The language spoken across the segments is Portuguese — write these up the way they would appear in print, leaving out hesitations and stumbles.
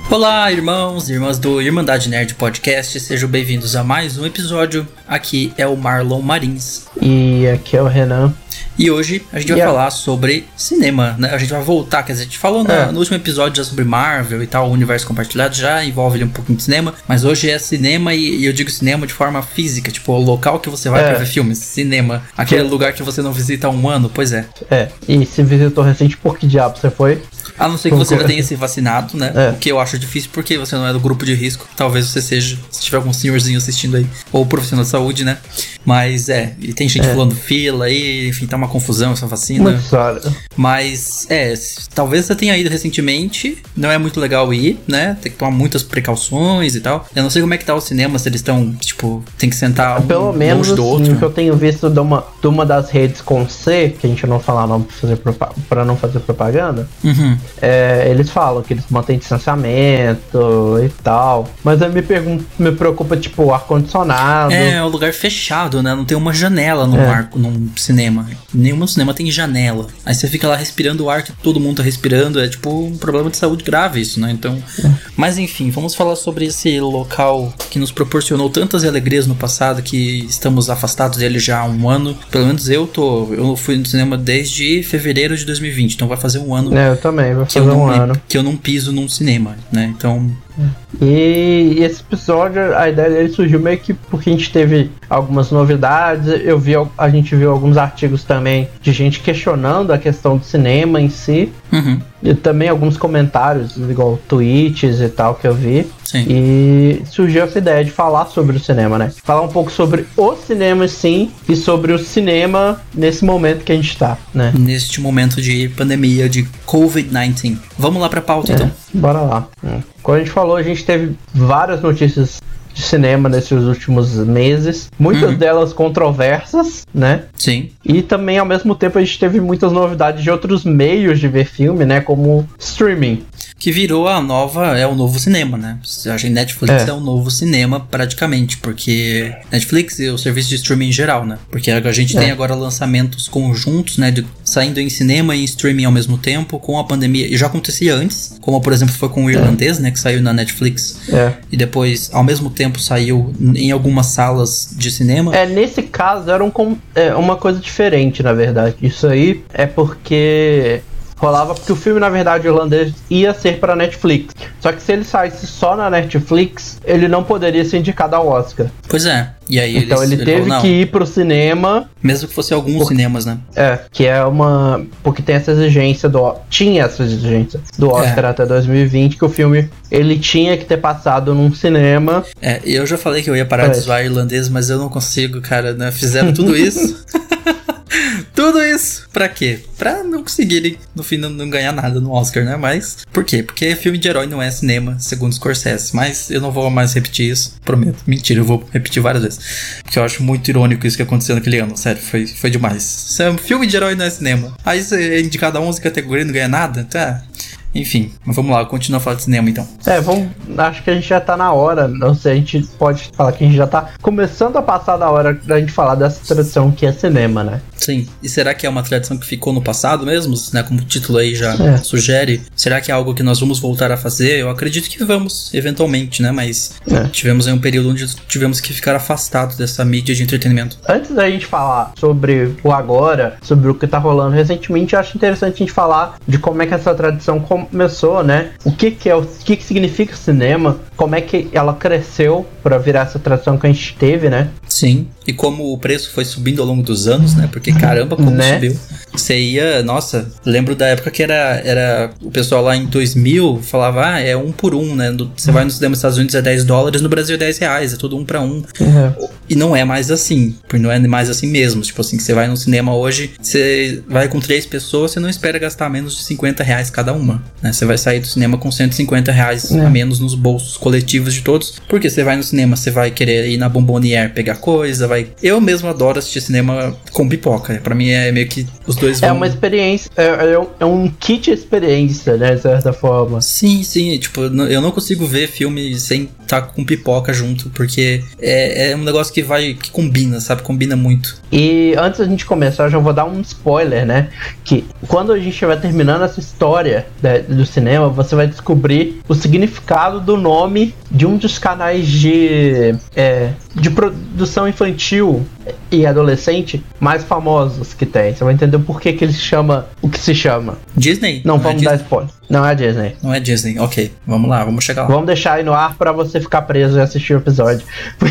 Olá, irmãos e irmãs do Irmandade Nerd Podcast, sejam bem-vindos a mais um episódio. Aqui é o Marlon Marins. E aqui é o Renan. E hoje a gente vai falar sobre cinema, né? A gente vai voltar, quer dizer, a gente falou no último episódio já sobre Marvel e tal, o universo compartilhado, já envolve ali um pouquinho de cinema, mas hoje é cinema e eu digo cinema de forma física, tipo o local que você vai pra ver filmes, cinema, aquele lugar que você não visita há um ano, pois é. E se visitou recente, por que diabo você foi? A não ser que você já tenha se vacinado, né? O que eu acho difícil porque você não é do grupo de risco. Talvez você seja, se tiver algum senhorzinho assistindo aí, ou profissional de saúde, né? Mas e tem gente pulando fila aí, enfim, tá uma confusão essa vacina. Muito sério. Mas talvez você tenha ido recentemente, não é muito legal ir, né? Tem que tomar muitas precauções e tal. Eu não sei como é que tá o cinema, se eles estão, tipo, tem que sentar pelo menos longe do outro. O que eu tenho visto de uma das redes com C, que a gente não falar nome pra não fazer propaganda. Eles falam que eles mantêm distanciamento e tal. Mas aí me preocupa, tipo, o ar-condicionado. É um lugar fechado, né? Não tem uma janela num cinema. Nenhum cinema tem janela. Aí você fica lá respirando o ar que todo mundo tá respirando. É tipo um problema de saúde grave isso, né? Então. Mas enfim, vamos falar sobre esse local que nos proporcionou tantas alegrias no passado, que estamos afastados dele já há um ano. Pelo menos eu fui no cinema desde fevereiro de 2020. Então vai fazer um ano. Eu também, vai fazer um ano. Que eu não piso num cinema, né? Então. E esse episódio, a ideia dele surgiu meio que porque a gente teve algumas novidades. A gente viu alguns artigos também de gente questionando a questão do cinema em si. E também alguns comentários, igual tweets e tal, que eu vi. Sim. E surgiu essa ideia de falar sobre o cinema, né? Falar um pouco sobre o cinema, sim, e sobre o cinema nesse momento que a gente tá, né? Neste momento de pandemia, de Covid-19. Vamos lá pra pauta, então. Bora lá. Como a gente falou, a gente teve várias notícias de cinema nesses últimos meses, muitas delas controversas, né? Sim. E também, ao mesmo tempo, a gente teve muitas novidades de outros meios de ver filme, né? Como streaming. Que virou o novo cinema, né? A gente, Netflix é o novo cinema, praticamente, porque Netflix e o serviço de streaming em geral, né? Porque a gente tem agora lançamentos conjuntos, né? Saindo em cinema e em streaming ao mesmo tempo, com a pandemia. E já acontecia antes, como por exemplo foi com o Irlandês, né? Que saiu na Netflix. E depois, ao mesmo tempo, saiu em algumas salas de cinema. Nesse caso, era uma coisa diferente, na verdade. Isso aí é porque rolava porque o filme, na verdade, irlandês ia ser pra Netflix. Só que se ele saísse só na Netflix, ele não poderia ser indicado ao Oscar. Pois é. E aí então ele teve que ir pro cinema. Mesmo que fosse alguns cinemas, né? Que é porque tem essa exigência tinha essa exigência do Oscar até 2020, que o filme ele tinha que ter passado num cinema. Eu já falei que eu ia parar de zoar irlandês, mas eu não consigo, cara, né? Fizeram tudo isso. Tudo isso pra quê? Pra não conseguirem, no fim, não ganhar nada no Oscar, né? Mas, por quê? Porque filme de herói não é cinema, segundo Scorsese. Mas eu não vou mais repetir isso, prometo. Mentira, eu vou repetir várias vezes. Porque eu acho muito irônico isso que aconteceu naquele ano. Sério, foi demais. Filme de herói não é cinema. Aí você é indicado a 11 categorias e não ganha nada? Tá. Enfim, mas vamos lá, continua a falar de cinema então. Acho que a gente já tá na hora, não sei, a gente pode falar que a gente já tá começando a passar da hora da gente falar dessa tradição que é cinema, né? Sim, e será que é uma tradição que ficou no passado mesmo, né, como o título aí já sugere? Será que é algo que nós vamos voltar a fazer? Eu acredito que vamos, eventualmente, né, mas tivemos aí um período onde tivemos que ficar afastados dessa mídia de entretenimento. Antes da gente falar sobre o agora, sobre o que tá rolando recentemente, eu acho interessante a gente falar de como é que essa tradição começou, né? O que significa cinema, como é que ela cresceu para virar essa tradição que a gente teve, né? Sim, e como o preço foi subindo ao longo dos anos, né? Porque caramba, como subiu. Você ia, nossa, lembro da época que era o pessoal lá em 2000 falava, é 1 por 1, né? Você vai no cinema nos Estados Unidos é $10, no Brasil é R$10, é tudo 1 para 1. E não é mais assim, porque não é mais assim mesmo. Tipo assim, que você vai no cinema hoje, você vai com 3 pessoas, você não espera gastar menos de R$50 cada uma, né? Você vai sair do cinema com R$150 a menos nos bolsos coletivos de todos, porque você vai no cinema, você vai querer ir na Bomboniere pegar coisa, Eu mesmo adoro assistir cinema com pipoca, pra mim é meio que os dois dois vão... É uma experiência, é um kit experiência, né, de certa forma. Sim, tipo, eu não consigo ver filme sem estar com pipoca junto, porque é um negócio que combina, sabe? Combina muito. E antes da gente começar, eu já vou dar um spoiler, né? Que quando a gente estiver terminando essa história do cinema, você vai descobrir o significado do nome de um dos canais de produção infantil e adolescente mais famosos que tem. Você vai entender o porquê que ele se chama o que se chama. Disney? Não vamos dar spoiler. Não é Disney. Não é Disney, ok. Vamos lá, vamos chegar lá. Vamos deixar aí no ar pra você ficar preso e assistir o episódio.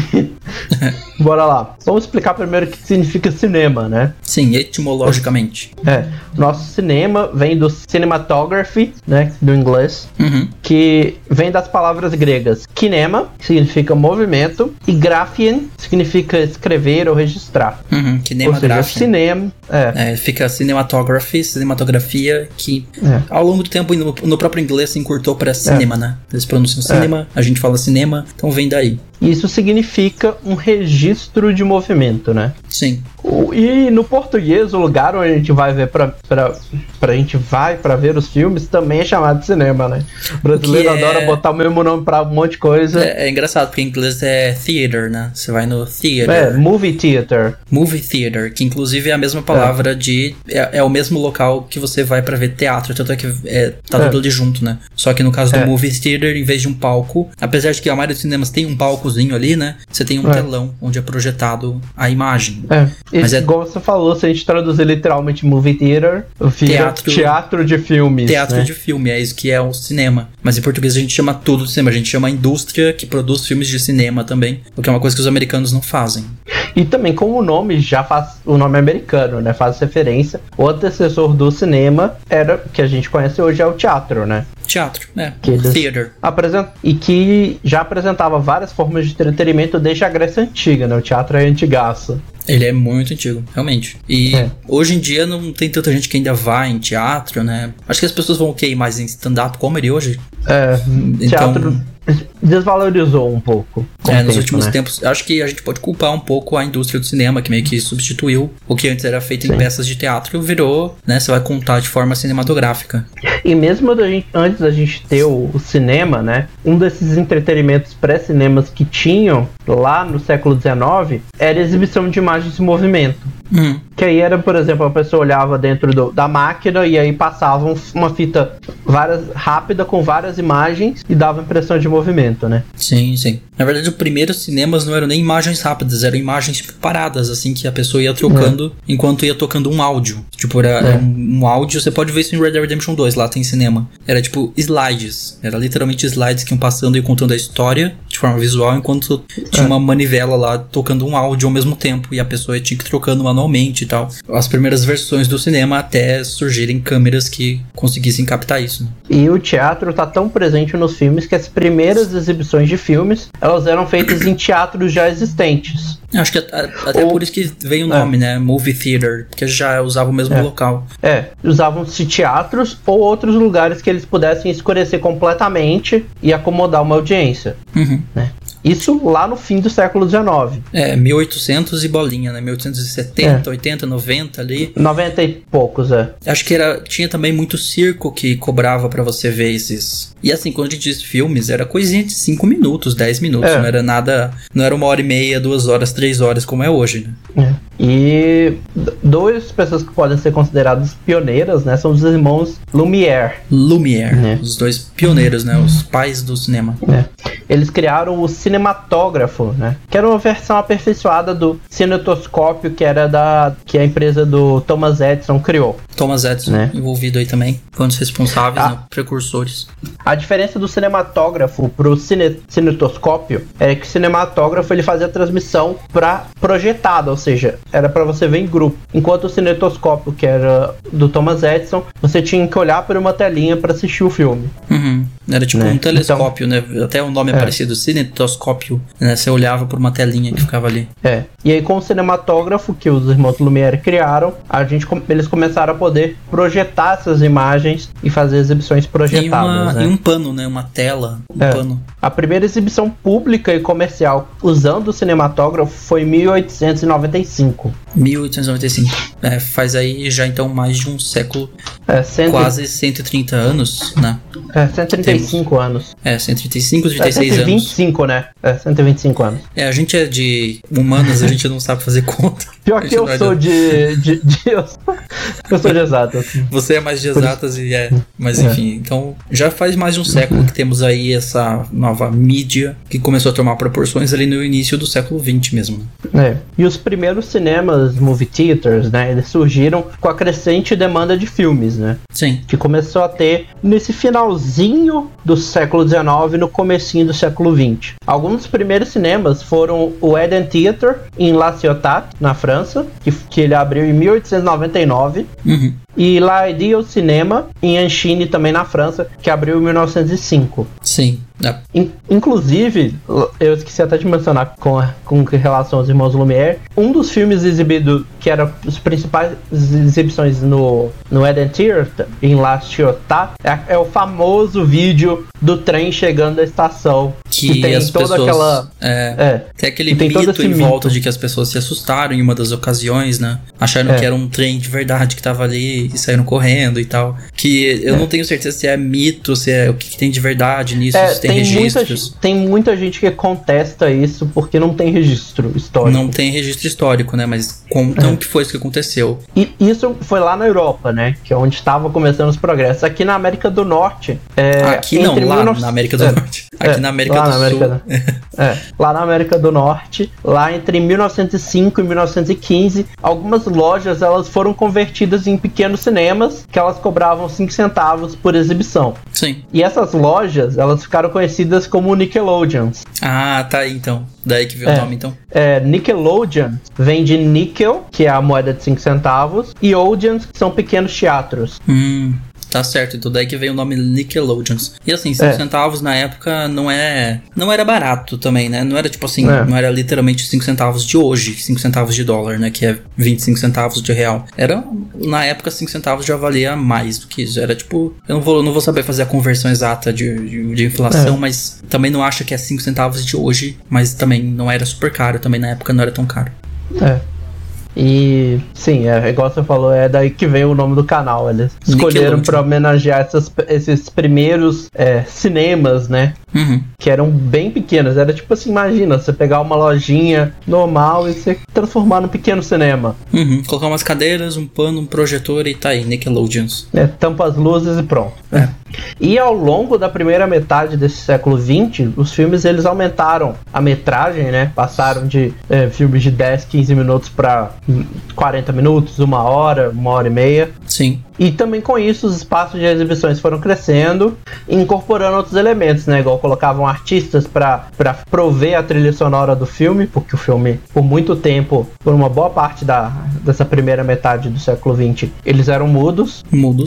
Bora lá. Vamos explicar primeiro o que significa cinema, né? Sim, etimologicamente. Nosso cinema vem do cinematography, né? Do inglês. Que vem das palavras gregas kinema, que significa movimento, e graphien, que significa escrever ou registrar. Kinematografia. Ou seja, cinema. Fica cinematografia, que ao longo do tempo no próprio inglês se encurtou para cinema, né? Eles pronunciam cinema, a gente fala cinema, então vem daí. Isso significa um registro de movimento, né? Sim. E no português, o lugar onde a gente vai ver pra ver os filmes também é chamado de cinema, né? O brasileiro adora botar o mesmo nome pra um monte de coisa. É engraçado, porque em inglês é theater, né? Você vai no theater. Movie theater. Movie theater, que inclusive é a mesma palavra é o mesmo local que você vai pra ver teatro, tanto é que tá tudo ali junto, né? Só que no caso do movie theater, em vez de um palco, apesar de que a maioria dos cinemas tem um palcozinho ali, né? Você tem um telão onde é projetado a imagem. Mas igual você falou, se a gente traduzir literalmente movie theater, teatro de filmes. Teatro de filme, é isso que é o cinema. Mas em português a gente chama tudo de cinema. A gente chama a indústria que produz filmes de cinema também, o que é uma coisa que os americanos não fazem. E também, como o nome já faz, o nome americano, né, faz referência, o antecessor do cinema era, que a gente conhece hoje, é o teatro, né? Teatro, theater. E que já apresentava várias formas de entretenimento desde a Grécia Antiga, né? O teatro é antigaço. Ele é muito antigo, realmente. E hoje em dia não tem tanta gente que ainda vai em teatro, né? Acho que as pessoas vão mais em stand-up comedy hoje. Teatro desvalorizou um pouco. Nos últimos tempos. Acho que a gente pode culpar um pouco a indústria do cinema, que meio que substituiu o que antes era feito em peças de teatro, virou, né? Você vai contar de forma cinematográfica. E mesmo antes da gente ter o cinema, né? Um desses entretenimentos pré-cinemas que tinham lá no século XIX era a exibição de imagens em movimento. Que aí era, por exemplo, a pessoa olhava dentro da máquina e aí passavam uma fita rápida com várias imagens e dava impressão de movimento, né? Sim. Na verdade, os primeiros cinemas não eram nem imagens rápidas, eram imagens tipo paradas, assim, que a pessoa ia trocando enquanto ia tocando um áudio. Tipo, era um áudio, você pode ver isso em Red Dead Redemption 2, lá tem cinema. Era tipo slides, era literalmente slides que iam passando e contando a história de forma visual, enquanto tinha uma manivela lá tocando um áudio ao mesmo tempo e a pessoa tinha que ir trocando manualmente e tal. As primeiras versões do cinema até surgirem câmeras que conseguissem captar isso. Né? E o teatro tá tão presente nos filmes que as primeiras exibições de filmes, elas eram feitas em teatros já existentes. Acho que até por isso que veio o nome, né? Movie theater, porque já usava o mesmo local. Usavam-se teatros ou outros lugares que eles pudessem escurecer completamente e acomodar uma audiência. Né? Isso lá no fim do século XIX. 1800 e bolinha, né? 1870, 80, 90 ali. 90 e poucos, Acho que tinha também muito circo que cobrava pra você ver esses. E assim, quando a gente diz filmes, era coisinha de 5 minutos, 10 minutos. Não era nada, não era 1h30, 2 horas, 3 horas como é hoje, né? E duas pessoas que podem ser consideradas pioneiras, né? São os irmãos Lumière. Os dois pioneiros, né? Os pais do cinema. Eles criaram o cinematógrafo, né? Que era uma versão aperfeiçoada do cinetoscópio, que a empresa do Thomas Edison criou. Thomas Edison, envolvido aí também, foi um dos responsáveis, né? Precursores. A diferença do cinematógrafo pro cinetoscópio é que o cinematógrafo ele fazia a transmissão projetada, ou seja, era para você ver em grupo. Enquanto o cinetoscópio, que era do Thomas Edison, você tinha que olhar por uma telinha para assistir o filme. Era tipo um telescópio, então, né? Até o nome é parecido, cinetoscópio, né? Você olhava por uma telinha que ficava ali. E aí com o cinematógrafo que os irmãos Lumière criaram, eles começaram a poder projetar essas imagens e fazer exibições projetadas, E um pano, né? Uma tela, pano. A primeira exibição pública e comercial usando o cinematógrafo foi em 1895. 1895. Faz aí já então mais de um século, quase 130 anos, né? 135 anos. 135, 36 anos. 125, né? 125 anos. A gente é de humanas, a gente não sabe fazer conta. Pior que eu sou eu sou de exatas. Você é mais de exatas mas enfim, então já faz mais de um século que temos aí essa nova mídia que começou a tomar proporções ali no início do século XX mesmo. E os primeiros cinemas, movie theaters, né, eles surgiram com a crescente demanda de filmes, né? Sim. Que começou a ter nesse finalzinho do século XIX e no comecinho do século XX. Alguns dos primeiros cinemas foram o Eden Theater em La Ciotat, na França, que ele abriu em 1899. E La Ideal Cinema em Anchine, também na França, que abriu em 1905. Sim. Inclusive, eu esqueci até de mencionar com relação aos irmãos Lumière, um dos filmes exibidos, que eram as principais exibições no Eden Theater, em La Ciotat, é o famoso vídeo do trem chegando à estação. Que tem as toda pessoas... aquela... Tem aquele mito em volta de que as pessoas se assustaram em uma das ocasiões, né? Acharam que era um trem de verdade que tava ali e saíram correndo e tal. Que eu não tenho certeza se é mito, se é o que tem de verdade nisso, se tem registros. Tem muita gente que contesta isso porque não tem registro histórico. Não tem registro histórico, né? Mas contam que foi isso que aconteceu. E isso foi lá na Europa, né? Que é onde estava começando os progressos. Aqui na América do Norte... Aqui não, lá na América do Norte. Aqui na América do Sul. Lá na América do Norte, lá entre 1905 e 1915, algumas lojas elas foram convertidas em pequenos cinemas que elas cobravam 5 centavos por exibição. Sim. E essas lojas, elas ficaram conhecidas como Nickelodeons. Ah, tá aí então. Daí que veio o nome então. Nickelodeon vem de níquel, que é a moeda de 5 centavos, e Odeons, que são pequenos teatros. Tá certo, então daí que veio o nome Nickelodeons. E assim, 5 centavos na época não era barato também, né? Não era tipo assim, não era literalmente 5 centavos de hoje, 5 centavos de dólar, né? Que é 25 centavos de real. Era, na época, 5 centavos já valia mais do que isso. Era tipo, eu não vou saber fazer a conversão exata de inflação, mas também não acho que é 5 centavos de hoje, mas também não era super caro, também na época não era tão caro. E sim, igual você falou, é daí que veio o nome do canal. Eles escolheram para homenagear esses primeiros cinemas, né? Que eram bem pequenos. Era tipo assim, imagina, você pegar uma lojinha normal e você transformar num pequeno cinema. Colocar umas cadeiras, um pano, um projetor e tá aí, Nickelodeons. Tampa as luzes e pronto. E ao longo da primeira metade desse século XX, os filmes eles aumentaram a metragem, né? Passaram de filmes de 10, 15 minutos para 40 minutos, 1 hora, 1h30. Sim. E também com isso os espaços de exibições foram crescendo, incorporando outros elementos, né? Igual colocavam artistas para prover a trilha sonora do filme, porque o filme, por muito tempo, por uma boa parte dessa primeira metade do século XX, eles eram mudos.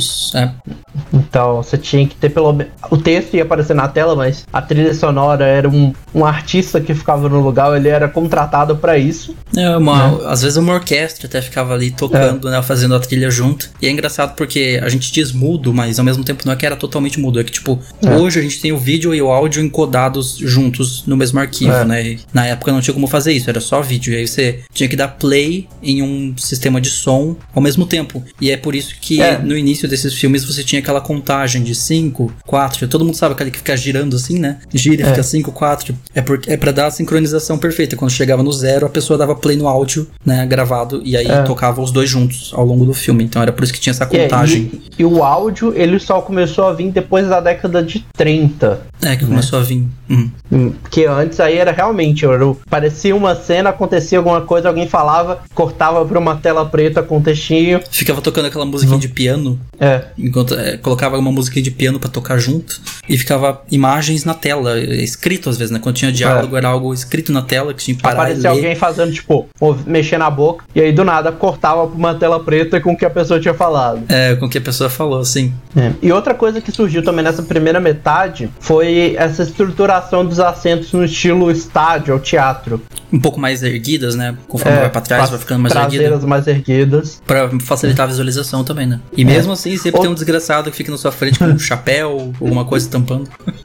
Então você tinha que ter pelo menos... O texto ia aparecer na tela, mas a trilha sonora era um artista que ficava no lugar, ele era contratado para isso. Às vezes uma orquestra até ficava ali tocando, né? Fazendo a trilha junto. E é engraçado porque a gente diz mudo, mas ao mesmo tempo não é que era totalmente mudo. É que tipo, hoje a gente tem o vídeo e o áudio encodados juntos no mesmo arquivo, né? E na época não tinha como fazer isso, era só vídeo. E aí você tinha que dar play em um sistema de som ao mesmo tempo. E é por isso que no início desses filmes você tinha aquela contagem de 5, 4. Todo mundo sabe aquele que fica girando assim, né? Gira e fica 5, 4. É pra dar a sincronização perfeita. Quando chegava no 0, a pessoa dava play no áudio, né? Gravado. E aí tocava os dois juntos ao longo do filme. Então era por isso que tinha essa contagem. E o áudio, ele só começou a vir depois da década de 30. Que começou a vir. Porque antes aí era realmente, parecia uma cena, acontecia alguma coisa, alguém falava, cortava pra uma tela preta com um textinho. Ficava tocando aquela musiquinha de piano. Enquanto colocava uma musiquinha de piano pra tocar junto. E ficava imagens na tela, escrito às vezes, né? Quando tinha diálogo, era algo escrito na tela que tinha que parar. Aparecia alguém fazendo, tipo, mexer na boca, e aí do nada cortava pra uma tela preta com o que a pessoa tinha falado. Com o que a pessoa falou, assim. E outra coisa que surgiu também nessa primeira metade foi essa estruturação dos assentos no estilo estádio ou teatro. Um pouco mais erguidas, né? Conforme vai pra trás, vai ficando mais erguida. Traseiras mais erguidas. Pra facilitar a visualização também, né? E mesmo assim, sempre tem um desgraçado que fica na sua frente com um chapéu ou uma coisa tampando.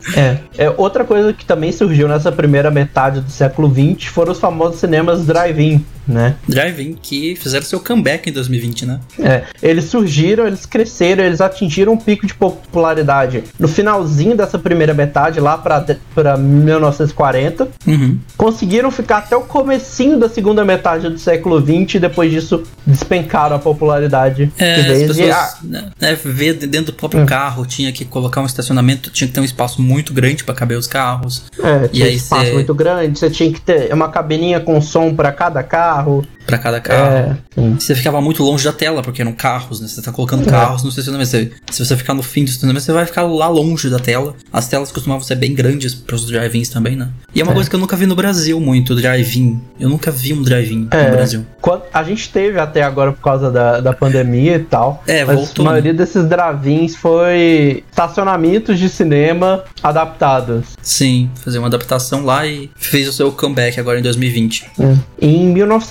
Outra coisa que também surgiu nessa primeira metade do século XX foram os famosos cinemas drive-in, né? Drive-in que fizeram seu comeback em 2020, né? Eles surgiram, eles cresceram, eles atingiram um pico de popularidade no finalzinho dessa primeira metade, lá pra 1940. Conseguiram ficar até o comecinho da segunda metade do século XX e depois disso despencaram a popularidade. As pessoas, ver dentro do próprio carro, tinha que colocar um estacionamento, tinha que ter um espaço muito grande pra caber os carros. Tinha um espaço muito grande, você tinha que ter uma cabininha com som pra cada carro. Pra cada carro. Você ficava muito longe da tela, porque eram carros, né? Você tá colocando carros no estacionamento. Se você ficar no fim do estacionamento, você vai ficar lá longe da tela. As telas costumavam ser bem grandes pros drive-ins também, né? E é uma coisa que eu nunca vi no Brasil muito, drive-in. Eu nunca vi um drive-in no Brasil. A gente teve até agora por causa da pandemia e tal. Mas voltou, a maioria desses drive-ins foi estacionamentos de cinema adaptados. Sim, fazer uma adaptação lá e fez o seu comeback agora em 2020. Em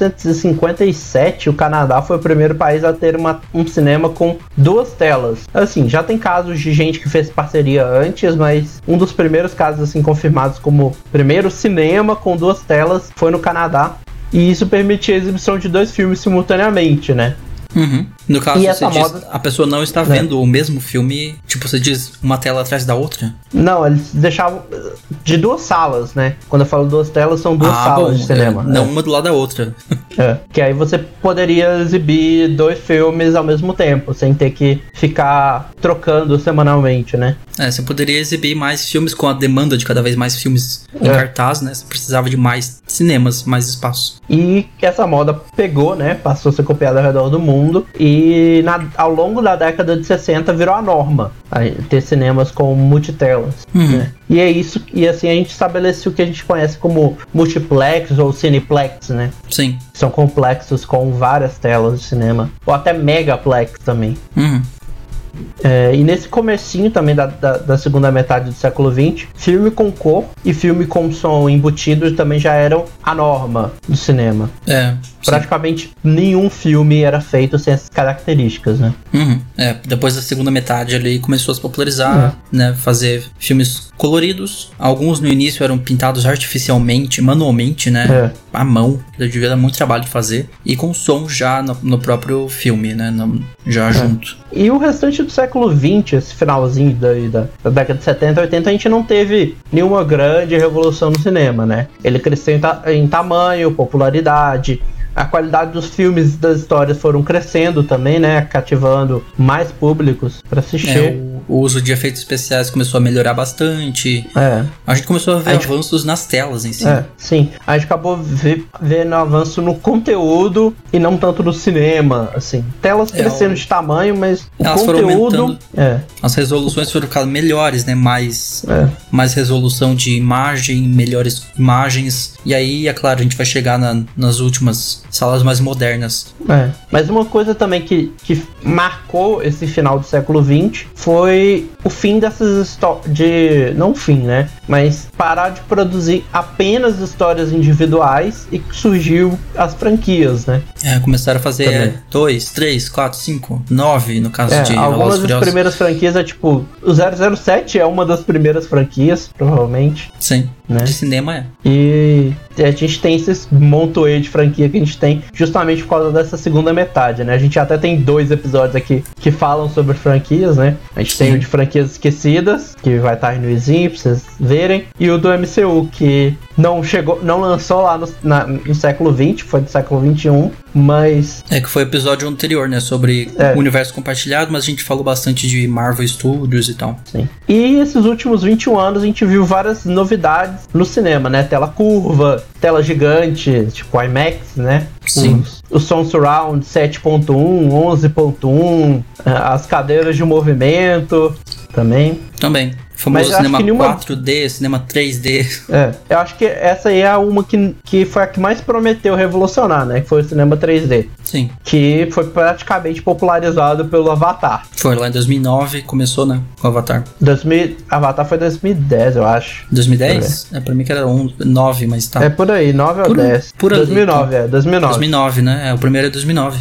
1957, o Canadá foi o primeiro país a ter um cinema com 2 telas. Assim, já tem casos de gente que fez parceria antes, mas um dos primeiros casos assim confirmados como primeiro cinema com 2 telas foi no Canadá. E isso permitia a exibição de 2 filmes simultaneamente, né? No caso, você diz, a pessoa não está vendo o mesmo filme, tipo, você diz uma tela atrás da outra? Não, eles deixavam de 2 salas, né? Quando eu falo 2 telas, são 2 salas de cinema. Não uma do lado da outra. Que aí você poderia exibir 2 filmes ao mesmo tempo, sem ter que ficar trocando semanalmente, né? Você poderia exibir mais filmes com a demanda de cada vez mais filmes em cartaz, né? Você precisava de mais cinemas, mais espaço. E essa moda pegou, né? Passou a ser copiada ao redor do mundo. E ao longo da década de 60 virou a norma ter cinemas com multitelas, né? E é isso, e assim a gente estabeleceu o que a gente conhece como multiplex ou cineplex, né? Sim. São complexos com várias telas de cinema, ou até megaplex também. E nesse comecinho também da segunda metade do século XX, filme com cor e filme com som embutido também já eram a norma do cinema. Praticamente nenhum filme era feito sem essas características, né? Depois da segunda metade ali começou a se popularizar, né? Fazer filmes coloridos. Alguns no início eram pintados artificialmente, manualmente, né? À mão. Devia dar muito trabalho de fazer. E com som já no próprio filme, né? Já junto. E o restante do século XX, esse finalzinho da década de 70 e 80, a gente não teve nenhuma grande revolução no cinema, né? Ele cresceu em tamanho, popularidade. A qualidade dos filmes e das histórias foram crescendo também, né? Cativando mais públicos para assistir. O uso de efeitos especiais começou a melhorar bastante. A gente começou a ver avanços nas telas em si. Sim. A gente acabou vendo avanço no conteúdo e não tanto no cinema, assim. Telas crescendo de tamanho, mas elas foram aumentando. As resoluções foram ficando melhores, né? Mais resolução de imagem, melhores imagens. E aí, é claro, a gente vai chegar nas últimas salas mais modernas. Mas uma coisa também que marcou esse final do século XX foi o fim dessas histórias. Não o fim, né? Mas parar de produzir apenas histórias individuais e que surgiu as franquias, né? Começaram a fazer 2, 3, 4, 5, 9 no caso de algumas das primeiras franquias tipo o 007 é uma das primeiras franquias, provavelmente. Sim, né? De cinema E a gente tem esses montoeiro de franquia que a gente tem justamente por causa dessa segunda metade, né? A gente até tem 2 episódios aqui que falam sobre franquias, né? A gente tem o de franquias esquecidas, que vai estar aí no Izinho pra vocês verem, e o do MCU, que não lançou lá no século XX, foi do século XXI, mas... que foi o episódio anterior, né? Sobre o universo compartilhado, mas a gente falou bastante de Marvel Studios e tal. Sim. E esses últimos 21 anos a gente viu várias novidades no cinema, né? Tela curva, tela gigante, tipo IMAX, né? Sim. O som surround 7.1, 11.1, as cadeiras de movimento, também. Também. Famoso cinema 4D, cinema 3D. Eu acho que essa aí é uma que foi a que mais prometeu revolucionar, né? Que foi o cinema 3D. Sim. Que foi praticamente popularizado pelo Avatar. Foi lá em 2009, começou, né? Com o Avatar. Avatar foi 2010, eu acho. 2010? Pra mim que era 9, mas tá. É por aí, 9 ou 10. Por 2009, ali, 2009. 2009, né? O primeiro é 2009.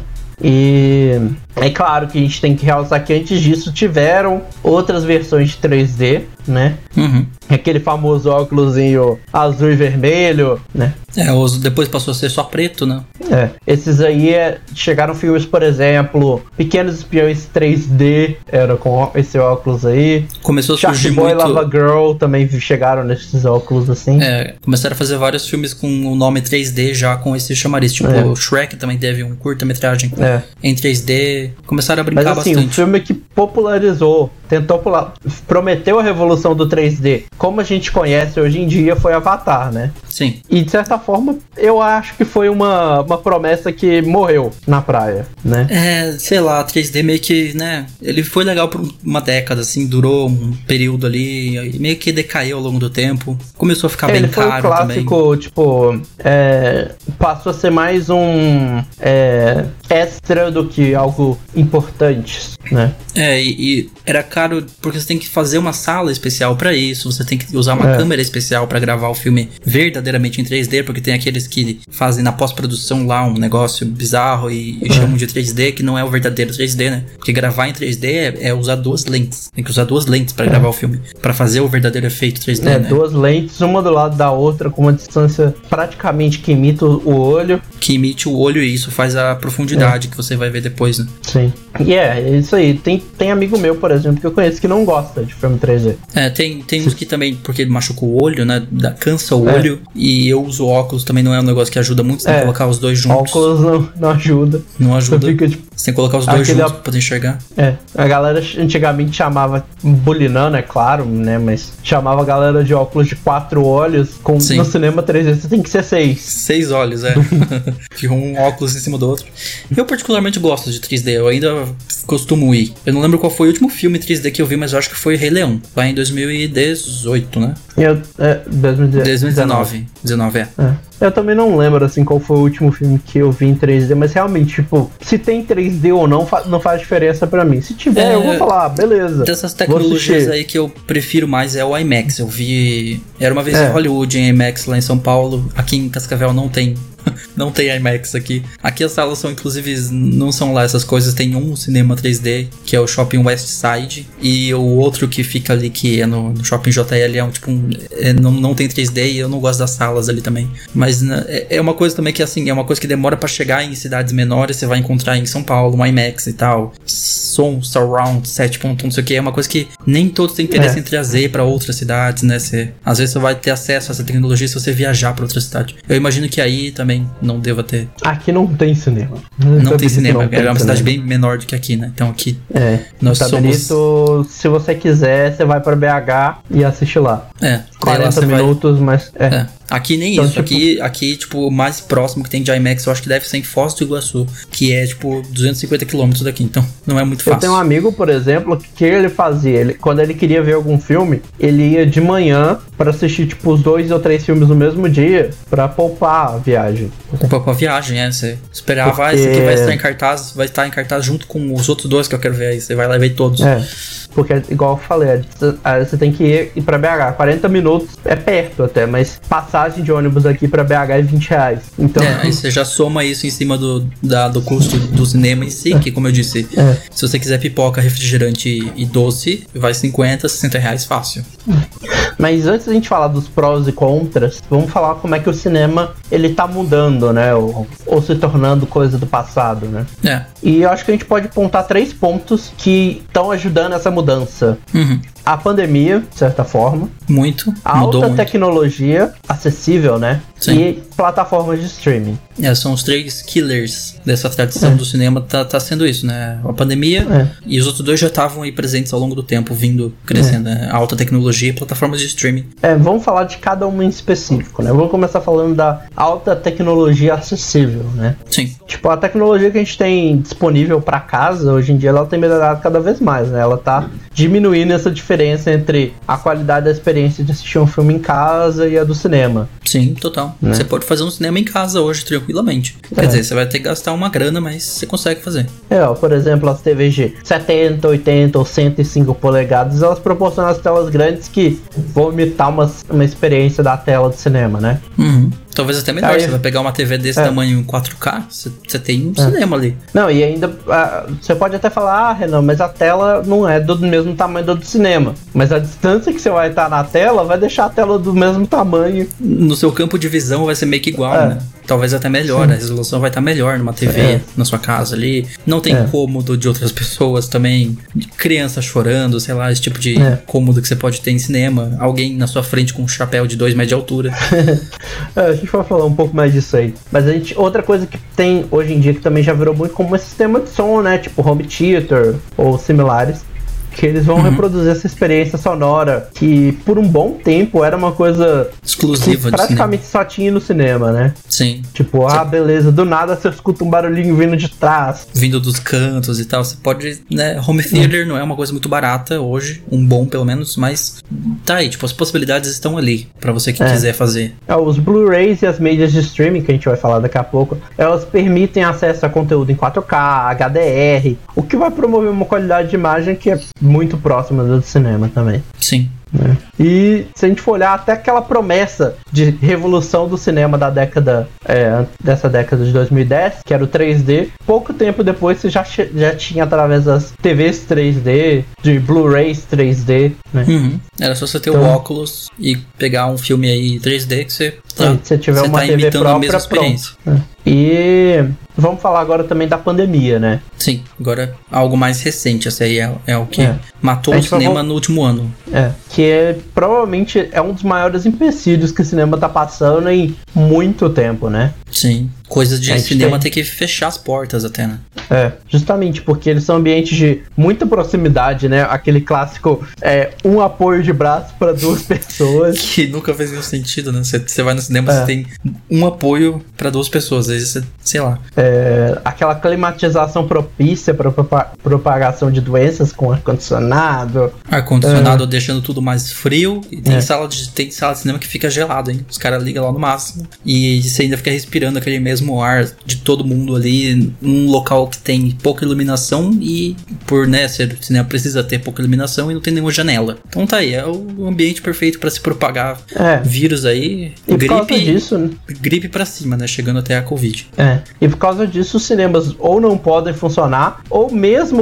E é claro que a gente tem que realçar que antes disso tiveram outras versões de 3D, né? Aquele famoso óculosinho azul e vermelho, né? Depois passou a ser só preto, né? Esses aí chegaram filmes, por exemplo, Pequenos Espiões 3D, era com esse óculos aí. Começou a surgir Shark Boy e Lava Girl também chegaram nesses óculos assim. Começaram a fazer vários filmes com o nome 3D já com esse chamariz. Tipo, o Shrek também teve um curta-metragem em 3D. Começaram a brincar bastante. Mas assim, um filme que popularizou, prometeu a revolução do 3D, como a gente conhece hoje em dia, foi Avatar, né? Sim. E de certa forma, eu acho que foi uma promessa que morreu na praia, né? Sei lá, 3D meio que, né? Ele foi legal por uma década, assim, durou um período ali, e meio que decaiu ao longo do tempo. Começou a ficar bem caro também. Ele foi um clássico, tipo, passou a ser mais um extra do que algo importante, né? E era caro porque você tem que fazer uma sala especial pra isso, você tem que usar uma câmera especial pra gravar o filme verdadeiramente em 3D, porque tem aqueles que fazem na pós-produção lá um negócio bizarro e chamam de 3D, que não é o verdadeiro 3D, né? Porque gravar em 3D é usar duas lentes. Tem que usar duas lentes pra gravar o filme, pra fazer o verdadeiro efeito 3D, né? Duas lentes, uma do lado da outra, com uma distância praticamente que imita o olho. Que imite o olho, e isso faz a profundidade que você vai ver depois, né? Sim. E é isso aí. Tem amigo meu, por exemplo, que eu conheço que não gosta de filme 3D. Tem uns que também, porque ele machuca o olho, né? Cansa o olho. E eu uso óculos, também não é um negócio que ajuda muito. Você tem que colocar os dois juntos. Óculos não ajuda. Não ajuda. Você tem que colocar os dois juntos pra poder enxergar. A galera antigamente chamava, bulinando, é claro, né? Mas chamava a galera de óculos de 4 olhos. No cinema 3D você tem que ser 6. 6 olhos, Fica um óculos em cima do outro. Eu particularmente gosto de 3D, eu ainda costumo ir. Eu não lembro qual foi o último filme 3D que eu vi, mas eu acho que foi Rei Leão, lá em 2018, né? 2019. Eu também não lembro, assim, qual foi o último filme que eu vi em 3D, mas realmente, tipo, se tem 3D ou não, não faz diferença pra mim. Se tiver, eu vou falar, beleza. Dessas tecnologias aí que eu prefiro mais é o IMAX. Eu vi... Era uma vez em Hollywood, em IMAX, lá em São Paulo. Aqui em Cascavel não tem. Não tem IMAX aqui. Aqui as salas são, inclusive, não são lá essas coisas. Tem um cinema 3D, que é o Shopping West Side. E o outro que fica ali, que é no Shopping JL, é um tipo não tem 3D, e eu não gosto das salas ali também. Mas é uma coisa também que, assim, é uma coisa que demora pra chegar em cidades menores. Você vai encontrar em São Paulo, um IMAX e tal. Som, surround, 7.1, não sei o que. É uma coisa que nem todos têm interesse em trazer pra outras cidades, né? Às vezes você vai ter acesso a essa tecnologia se você viajar pra outra cidade. Eu imagino que aí também não deva ter. Aqui não tem cinema. Não tem cinema. É uma cidade bem menor do que aqui, né? Então aqui nós somos... Se você quiser, você vai pra BH e assiste lá. 40 minutos, mas... Aqui nem então, isso. Aqui, tipo, o mais próximo que tem de IMAX, eu acho que deve ser em Foz do Iguaçu, que é, tipo, 250 km daqui. Então, não é muito fácil. Eu tenho um amigo, por exemplo, que ele fazia. Quando ele queria ver algum filme, ele ia de manhã pra assistir, tipo, os 2 ou 3 filmes no mesmo dia, pra poupar a viagem. Poupar a viagem, Você esperava, esse aqui vai estar em cartaz junto com os outros 2 que eu quero ver aí. Você vai lá e ver todos. Porque, igual eu falei, você tem que ir pra BH. 40 minutos é perto até, mas passagem de ônibus aqui pra BH é R$20. Então... aí você já soma isso em cima do custo do cinema em si, que, como eu disse, se você quiser pipoca, refrigerante e doce, vai R$50, R$60 fácil. Mas antes da gente falar dos prós e contras, vamos falar como é que o cinema, ele tá mudando, né? Ou se tornando coisa do passado, né? E eu acho que a gente pode apontar 3 pontos que estão ajudando essa mudança. A pandemia, de certa forma. Muito. A alta tecnologia acessível, né? Sim. E plataformas de streaming. São os 3 killers dessa tradição do cinema, tá sendo isso, né? A pandemia e os outros 2 já estavam aí presentes ao longo do tempo, vindo, crescendo, né? A alta tecnologia e plataformas de streaming. Vamos falar de cada uma em específico, né? Vamos começar falando da alta tecnologia acessível, né? Sim. Tipo, a tecnologia que a gente tem disponível pra casa, hoje em dia, ela tem melhorado cada vez mais, né? Ela tá diminuindo essa diferença entre a qualidade da experiência de assistir um filme em casa e a do cinema. Sim, total. Né? Você pode fazer um cinema em casa hoje, tranquilamente. Quer dizer, você vai ter que gastar uma grana, mas você consegue fazer. Por exemplo, as TVs de 70, 80 ou 105 polegadas, elas proporcionam as telas grandes que vão imitar uma experiência da tela do cinema, né? Talvez até melhor, você vai pegar uma TV desse tamanho em 4K, você tem um cinema ali. Não, e ainda, você pode até falar, Renan, mas a tela não é do mesmo tamanho do cinema. Mas a distância que você vai estar na tela vai deixar a tela do mesmo tamanho. No seu campo de visão vai ser meio que igual, né? Talvez até melhor, a resolução vai estar melhor numa TV na sua casa ali. Não tem cômodo de outras pessoas também, criança chorando, sei lá, esse tipo de cômodo que você pode ter em cinema. Alguém na sua frente com um chapéu de 2 metros de altura. A gente vai falar um pouco mais disso aí. Mas outra coisa que tem hoje em dia que também já virou muito como um sistema de som, né? Tipo home theater ou similares. Que eles vão reproduzir essa experiência sonora que por um bom tempo era uma coisa exclusiva que praticamente só tinha no cinema, né? Sim. Tipo, beleza, do nada você escuta um barulhinho vindo de trás. Vindo dos cantos e tal. Você pode, né? Home theater não é uma coisa muito barata hoje, um bom pelo menos, mas tá aí, tipo, as possibilidades estão ali pra você que quiser fazer. Os Blu-rays e as mídias de streaming, que a gente vai falar daqui a pouco, elas permitem acesso a conteúdo em 4K, HDR, o que vai promover uma qualidade de imagem que é muito próxima do cinema também. Sim. E se a gente for olhar até aquela promessa de revolução do cinema da década dessa década de 2010, que era o 3D, pouco tempo depois você já tinha através das TVs 3D, de Blu-rays 3D, né? Era só você ter o óculos e pegar um filme aí 3D que você se tiver uma TV imitando própria, a mesma experiência. E vamos falar agora também da pandemia, né? Sim, agora algo mais recente. Essa aí é o que matou o cinema no último ano. Que provavelmente é um dos maiores empecilhos que o cinema tá passando em muito tempo, né? Sim, coisas de cinema ter que fechar as portas até, né? Justamente porque eles são ambientes de muita proximidade, né? Aquele clássico um apoio de braço para 2 pessoas. Que nunca fez nenhum sentido, né? Você vai no cinema, você tem um apoio para 2 pessoas, aí você, sei lá. Aquela climatização propícia para propagação de doenças com ar-condicionado. Ar-condicionado deixando tudo mais frio. E tem sala de cinema que fica gelado, hein? Os caras ligam lá no máximo. E você ainda fica respirando aquele mesmo ar de todo mundo ali, num local que tem pouca iluminação e por, né, ser cinema precisa ter pouca iluminação e não tem nenhuma janela. Então tá aí, é o ambiente perfeito pra se propagar vírus aí. E por causa disso, gripe pra cima, né, chegando até a Covid. E por causa disso os cinemas ou não podem funcionar, ou mesmo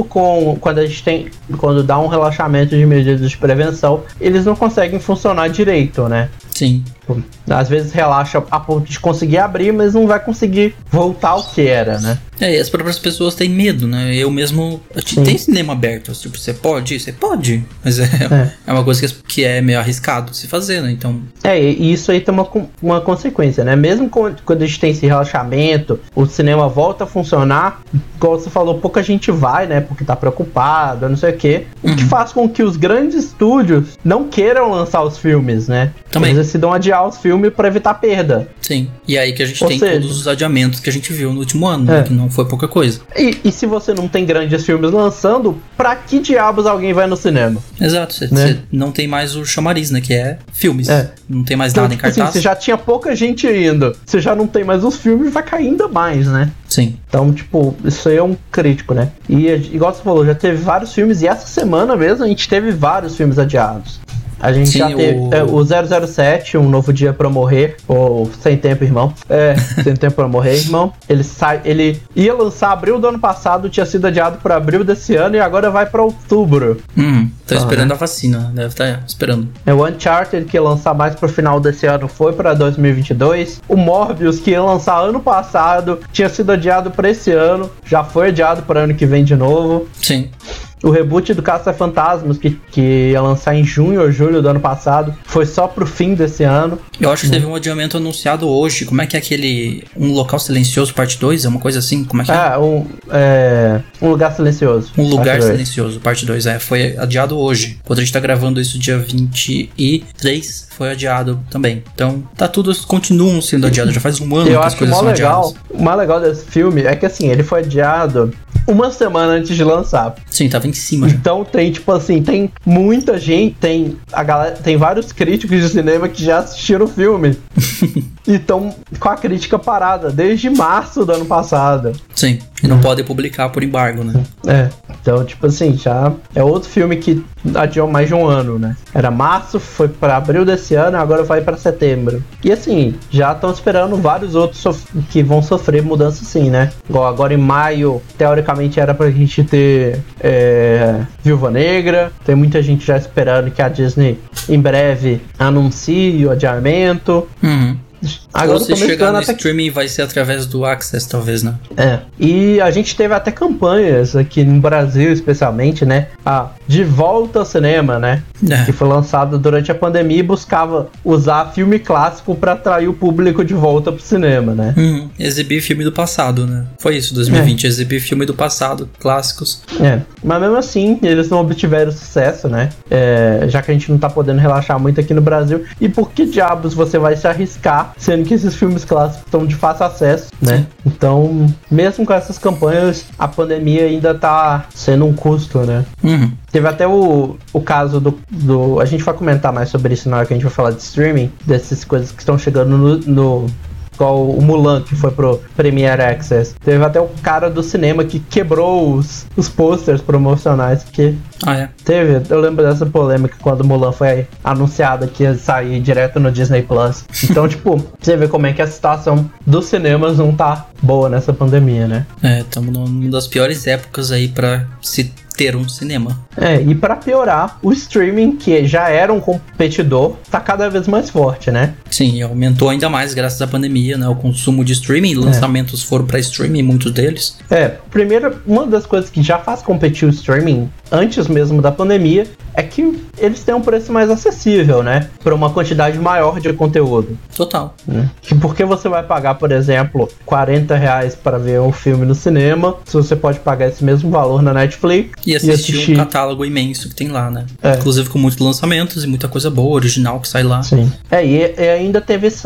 quando dá um relaxamento de medidas de prevenção, eles não conseguem funcionar direito, né? Sim. Às vezes relaxa a ponto de conseguir abrir, mas não vai conseguir voltar ao que era, né? E as próprias pessoas têm medo, né? Eu mesmo... Tem cinema aberto, tipo, você pode? Você pode, mas é uma coisa que é meio arriscado de se fazer, né? Então... E isso aí tem uma consequência, né? Mesmo quando a gente tem esse relaxamento, o cinema volta a funcionar, como você falou, pouca gente vai, né? Porque tá preocupado, não sei o quê. O que faz com que os grandes estúdios não queiram lançar os filmes, né? Também. Eles decidam adiar os filmes pra evitar perda. Sim, e aí que a gente tem todos os adiamentos que a gente viu no último ano, né? Que não foi pouca coisa. E se você não tem grandes filmes lançando, pra que diabos alguém vai no cinema? Exato, você não tem mais o chamariz, né? Que é filmes. Não tem mais nada em cartaz. Assim, você já tinha pouca gente indo, você já não tem mais os filmes, vai cair ainda mais, né? Sim. Então, tipo, isso aí é um crítico, né? E igual você falou, já teve vários filmes, e essa semana mesmo a gente teve vários filmes adiados. A gente já teve o 007, Um Novo Dia Pra Morrer, ou Sem Tempo, Irmão. Sem Tempo Pra Morrer, Irmão. Ele ia lançar abril do ano passado, tinha sido adiado pra abril desse ano e agora vai pra outubro. Tô esperando a vacina, deve estar esperando. O Uncharted, que ia lançar mais pro final desse ano, foi pra 2022. O Morbius, que ia lançar ano passado, tinha sido adiado pra esse ano, já foi adiado para ano que vem de novo. Sim. O reboot do Caça-Fantasmas, que ia lançar em junho ou julho do ano passado, foi só pro fim desse ano. Eu acho que teve um adiamento anunciado hoje. Como é que é aquele... Um Local Silencioso, parte 2? É uma coisa assim? Como é que é? Um Lugar Silencioso. Um Lugar Silencioso, parte 2. Foi adiado hoje. Quando a gente tá gravando isso dia 23, foi adiado também. Então, todos continuam sendo adiados. Já faz um ano que as coisas são adiadas. O mais legal desse filme é que, assim, ele foi adiado uma semana antes de lançar. Sim, tava em cima já. Então tem, tipo assim, tem muita gente, tem vários críticos de cinema que já assistiram o filme. E estão com a crítica parada desde março do ano passado. Sim, e não podem publicar por embargo, né? Então, tipo assim, já é outro filme que adiou mais de um ano, né? Era março, foi pra abril desse ano, agora vai pra setembro. E assim, já estão esperando vários outros que vão sofrer mudança sim, né? Igual agora em maio, teoricamente era pra gente ter Viúva Negra. Tem muita gente já esperando que a Disney em breve anuncie o adiamento. Agora, se chegar no streaming, vai ser através do Access, talvez, né? E a gente teve até campanhas aqui no Brasil, especialmente, né? De Volta ao Cinema, né? Que foi lançado durante a pandemia e buscava usar filme clássico pra atrair o público de volta pro cinema, né? Exibir filme do passado, né? Foi isso, 2020. Exibir filme do passado, clássicos. Mas mesmo assim, eles não obtiveram sucesso, né? Já que a gente não tá podendo relaxar muito aqui no Brasil. E por que diabos você vai se arriscar, sendo que esses filmes clássicos estão de fácil acesso, né? Então, mesmo com essas campanhas, a pandemia ainda tá sendo um custo, né? Teve até o caso do... A gente vai comentar mais sobre isso na hora que a gente vai falar de streaming, dessas coisas que estão chegando no igual o Mulan, que foi pro Premiere Access. Teve até o cara do cinema que quebrou os posters promocionais, porque teve, eu lembro dessa polêmica quando o Mulan foi anunciado que ia sair direto no Disney Plus. Então, tipo, você vê como é que a situação dos cinemas não tá boa nessa pandemia, né? Estamos numa das piores épocas aí pra se ter um cinema. E pra piorar, o streaming, que já era um competidor, tá cada vez mais forte, né? Sim, aumentou ainda mais graças à pandemia, né? O consumo de streaming, lançamentos foram pra streaming, muitos deles. Primeiro, uma das coisas que já faz competir o streaming, antes mesmo da pandemia, é que eles têm um preço mais acessível, né? Pra uma quantidade maior de conteúdo. Total. Porque você vai pagar, por exemplo, R$40 para ver um filme no cinema, se você pode pagar esse mesmo valor na Netflix e assistir um catálogo imenso que tem lá, né? Inclusive com muitos lançamentos e muita coisa boa, original que sai lá. Sim. E ainda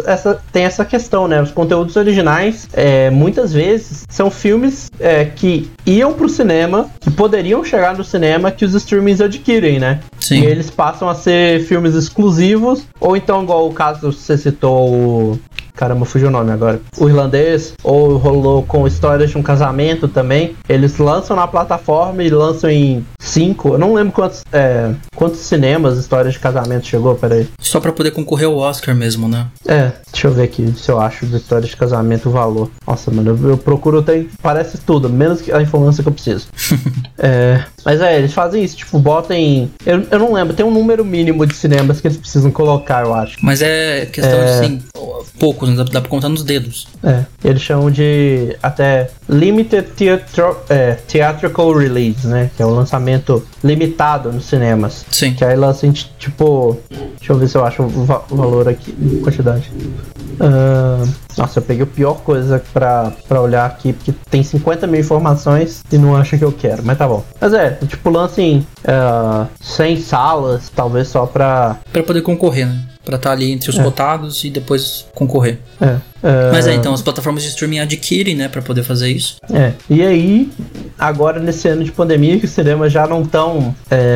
tem essa questão, né? Os conteúdos originais, muitas vezes, são filmes que iam pro cinema, que poderiam chegar no cinema, que os streamings adquirem, né? Sim. E eles passam a ser filmes exclusivos, ou então, igual o caso que você citou, caramba, fugiu o nome agora. O Irlandês, ou rolou com Histórias de um Casamento também. Eles lançam na plataforma e lançam em 5. Eu não lembro quantos cinemas Histórias de Casamento chegou, peraí. Só pra poder concorrer ao Oscar mesmo, né? Deixa eu ver aqui se eu acho de Histórias de Casamento o valor. Nossa, mano, eu procuro, parece tudo, menos a informação que eu preciso. Mas eles fazem isso, tipo, botem... Eu não lembro, tem um número mínimo de cinemas que eles precisam colocar, eu acho. Mas é questão de, assim, poucos, né? Dá pra contar nos dedos. Eles chamam de até Limited Theatrical Release, né? Que é o lançamento limitado nos cinemas. Sim. Que aí lança, tipo... Deixa eu ver se eu acho o valor aqui, quantidade. Nossa, eu peguei a pior coisa pra olhar aqui, porque tem 50 mil informações e não acho que eu quero, mas tá bom. Mas tipo, lancem 100 salas, talvez só pra poder concorrer, né? Pra estar ali entre os cotados e depois concorrer. Mas então, as plataformas de streaming adquirem, né, pra poder fazer isso. E aí, agora nesse ano de pandemia, que os cinemas já não estão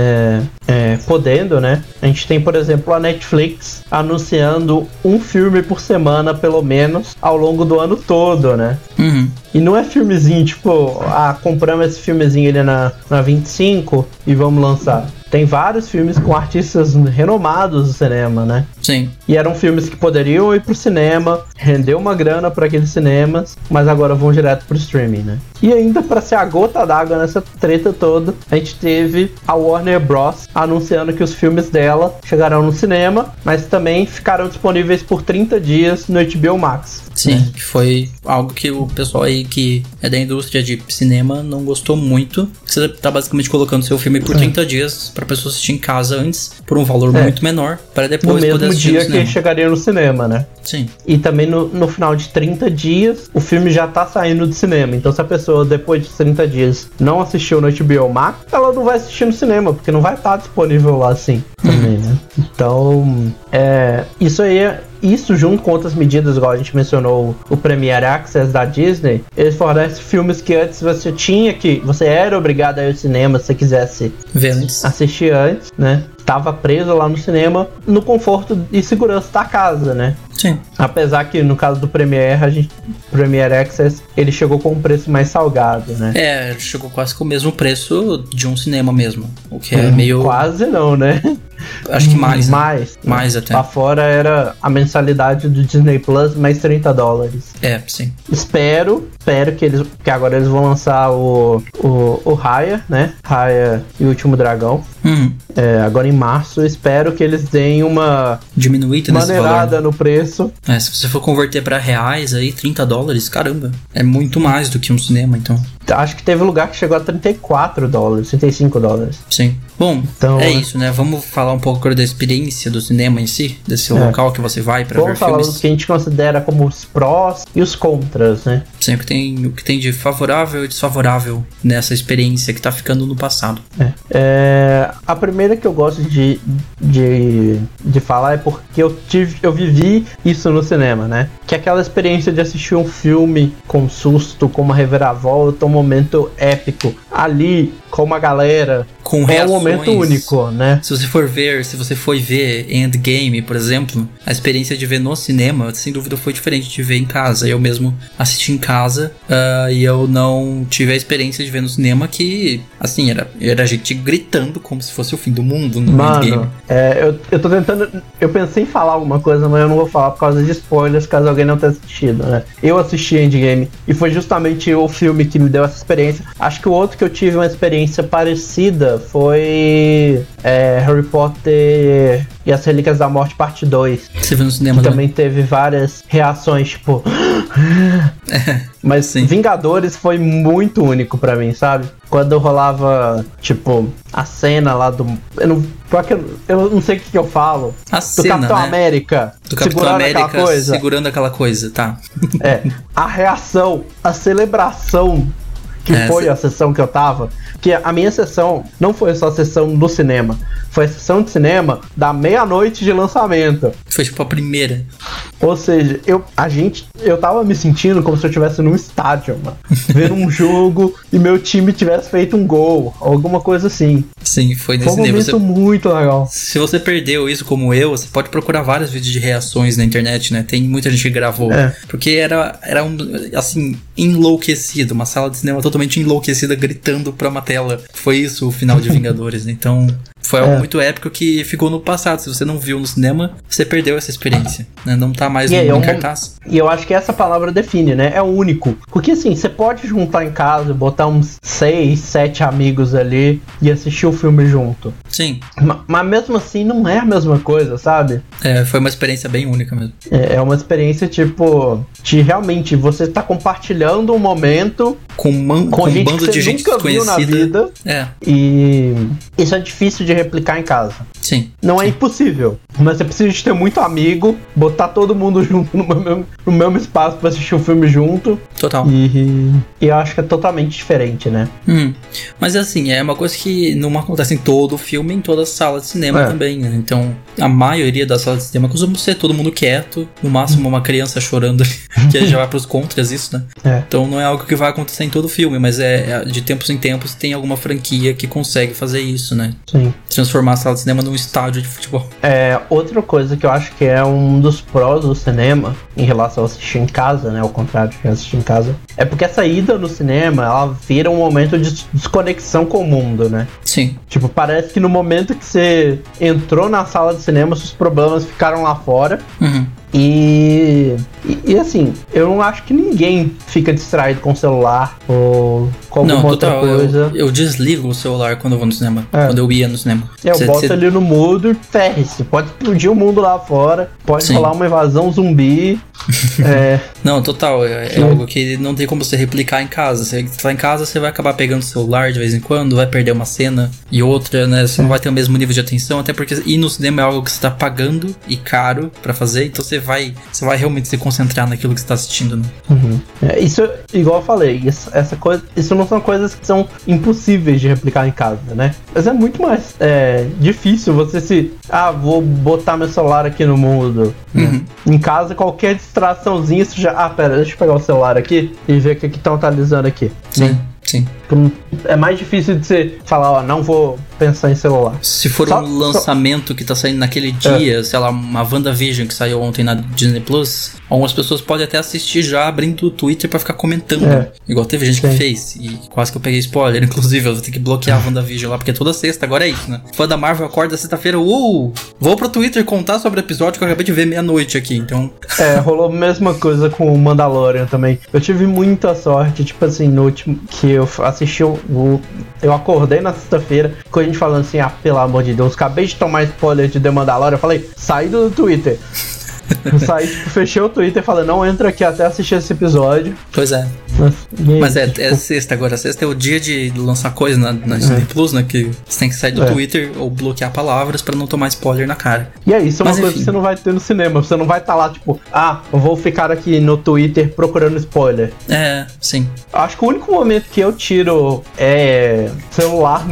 podendo, né? A gente tem, por exemplo, a Netflix anunciando um filme por semana, pelo menos, ao longo do ano todo, né? E não é filmezinho, tipo, compramos esse filmezinho ali na 25 e vamos lançar. tem vários filmes com artistas renomados do cinema, né? Sim. E eram filmes que poderiam ir pro cinema, render uma grana para aqueles cinemas, mas agora vão direto pro streaming, né? E ainda para ser a gota d'água nessa treta toda, a gente teve a Warner Bros. Anunciando que os filmes dela chegarão no cinema, mas também ficarão disponíveis por 30 dias no HBO Max. Sim, que foi algo que o pessoal aí que é da indústria de cinema não gostou muito. Você tá basicamente colocando seu filme por 30 dias pra pessoa assistir em casa antes, por um valor muito menor, para depois no poder assistir mesmo no dia cinema. que chegaria no cinema, né? Sim. E também no final de 30 dias, o filme já tá saindo do cinema. Então se a pessoa depois de 30 dias não assistiu no HBO Max, ela não vai assistir no cinema, porque não vai estar disponível lá assim também, né? Então, isso aí isso junto com outras medidas, igual a gente mencionou, o Premier Access da Disney, eles fornecem filmes que antes você era obrigado a ir ao cinema se você quisesse ver antes. Assistir antes, né? Tava preso lá no cinema, no conforto e segurança da casa, né? Sim. Apesar que no caso do Premier Access, ele chegou com um preço mais salgado, né? Chegou quase com o mesmo preço de um cinema mesmo, o que é meio... Quase não, né? Acho que mais. Mais até. Lá fora era a mensalidade do Disney Plus mais $30. Sim. Espero que agora eles vão lançar o Raya, né? Raya e o Último Dragão. Agora em março, espero que eles deem uma diminuída nesse maneirada valor no preço. Se você for converter pra reais aí, $30, caramba, é muito mais do que um cinema, então. Acho que teve lugar que chegou a $34, $35. Sim. Bom, então, é isso, né? Vamos falar um pouco da experiência do cinema em si, desse local que você vai pra ver filmes. Vamos falar do que a gente considera como os prós e os contras, né? Sempre tem o que tem de favorável e desfavorável nessa experiência que tá ficando no passado. A primeira que eu gosto de falar é porque eu vivi isso no cinema, né? Que é aquela experiência de assistir um filme com susto, com uma reviravolta, um momento épico. Ali, com uma galera, com reações, um momento único, né? Se você for ver Endgame, por exemplo, a experiência de ver no cinema, sem dúvida foi diferente de ver em casa. Eu mesmo assisti em casa e eu não tive a experiência de ver no cinema que, assim, era gente gritando como se fosse o fim do mundo no Endgame. Eu tô tentando... Eu pensei em falar alguma coisa, mas eu não vou falar por causa de spoilers, caso alguém não tenha assistido, né? Eu assisti Endgame e foi justamente o filme que me deu essa experiência. Acho que o outro que eu tive uma experiência parecida foi Harry Potter e as Relíquias da Morte parte 2. Você viu no cinema, que também teve várias reações, tipo... Mas sim. Vingadores foi muito único pra mim, sabe? Quando rolava, tipo, a cena lá do... Eu não sei o que eu falo. A cena, Capitão América. Do Capitão América segurando aquela coisa, tá? A reação, a celebração que foi a sessão que eu tava. Que a minha sessão não foi só a sessão do cinema, foi a sessão de cinema da meia-noite de lançamento. Foi tipo a primeira. Ou seja, eu tava me sentindo como se eu estivesse num estádio, mano. Vendo um jogo e meu time tivesse feito um gol, alguma coisa assim. Sim, foi nesse nível. Foi um momento muito legal. Se você perdeu isso como eu, você pode procurar vários vídeos de reações na internet, né? Tem muita gente que gravou. Porque era assim, enlouquecido. Uma sala de cinema totalmente enlouquecida, gritando pra uma tela. Foi isso o final de Vingadores, né? Então... Foi algo muito épico que ficou no passado. Se você não viu no cinema, você perdeu essa experiência, né? Não tá mais no cartaz. E eu acho que essa palavra define, né? É o único. Porque assim, você pode juntar em casa, botar uns 6, 7 amigos ali e assistir o filme junto. Sim. Mas mesmo assim, não é a mesma coisa, sabe? Foi uma experiência bem única mesmo. É uma experiência, tipo, de realmente você tá compartilhando um momento com um bando de gente desconhecida na vida. E isso é difícil de replicar em casa. Sim. Não é impossível, mas você precisa de ter muito amigo, botar todo mundo junto no mesmo espaço pra assistir o filme junto. Total. E eu acho que é totalmente diferente, né? Mas assim, é uma coisa que não acontece em todo filme, em toda sala de cinema também, né? Então, a maioria das salas de cinema costuma ser todo mundo quieto, no máximo uma criança chorando, que já vai pros contras isso, né? Então não é algo que vai acontecer em todo filme, mas de tempos em tempos tem alguma franquia que consegue fazer isso, né? Sim. Transformar a sala de cinema num estádio de futebol. Outra coisa que eu acho que é um dos prós do cinema, em relação a assistir em casa, né? Ao contrário de assistir em casa, é porque essa ida no cinema, ela vira um momento de desconexão com o mundo, né? Sim. Tipo, parece que no momento que você entrou na sala de cinema, seus problemas ficaram lá fora. Uhum. E assim, eu não acho que ninguém fica distraído com o celular ou com alguma outra coisa. Eu desligo o celular quando eu vou no cinema. Quando eu ia no cinema. Eu boto ali no mudo e ferre-se. Pode explodir o mundo lá fora. Pode rolar uma invasão zumbi. Não, total. É algo que não tem como você replicar em casa. Você tá em casa, você vai acabar pegando o celular de vez em quando, vai perder uma cena e outra, né? Você não vai ter o mesmo nível de atenção, até porque ir no cinema é algo que você tá pagando e caro pra fazer, então você vai realmente se concentrar naquilo que você tá assistindo, né? Uhum. Isso, igual eu falei, isso não são coisas que são impossíveis de replicar em casa, né? Mas é muito mais difícil você vou botar meu celular aqui no mundo. Uhum. Em casa, qualquer distraçãozinha, você já... pera, deixa eu pegar o celular aqui e ver o que estão atualizando aqui. Sim. Sim. É mais difícil de você falar, não vou pensar em celular. Se for um lançamento que tá saindo naquele dia, sei lá, uma WandaVision que saiu ontem na Disney Plus, algumas pessoas podem até assistir já abrindo o Twitter pra ficar comentando. Igual teve gente que fez, e quase que eu peguei spoiler, inclusive, eu vou ter que bloquear a WandaVision lá, porque toda sexta, agora é isso, né? Fã da Marvel acorda sexta-feira, vou pro Twitter contar sobre o episódio que eu acabei de ver meia-noite aqui, então... rolou a mesma coisa com o Mandalorian também. Eu tive muita sorte, tipo assim, no último que eu assisti eu acordei na sexta-feira com a gente falando assim, pelo amor de Deus, acabei de tomar spoiler de The Mandalorian, eu falei, saí do Twitter. Eu saí, fechei o Twitter e falei, não entra aqui até assistir esse episódio. Pois é. Mas é sexta agora. Sexta é o dia de lançar coisa na Disney Plus, né? Que você tem que sair do Twitter ou bloquear palavras pra não tomar spoiler na cara. E é isso, é uma coisa que você não vai ter no cinema. Você não vai estar lá, tipo, eu vou ficar aqui no Twitter procurando spoiler. Sim. Acho que o único momento que eu tiro celular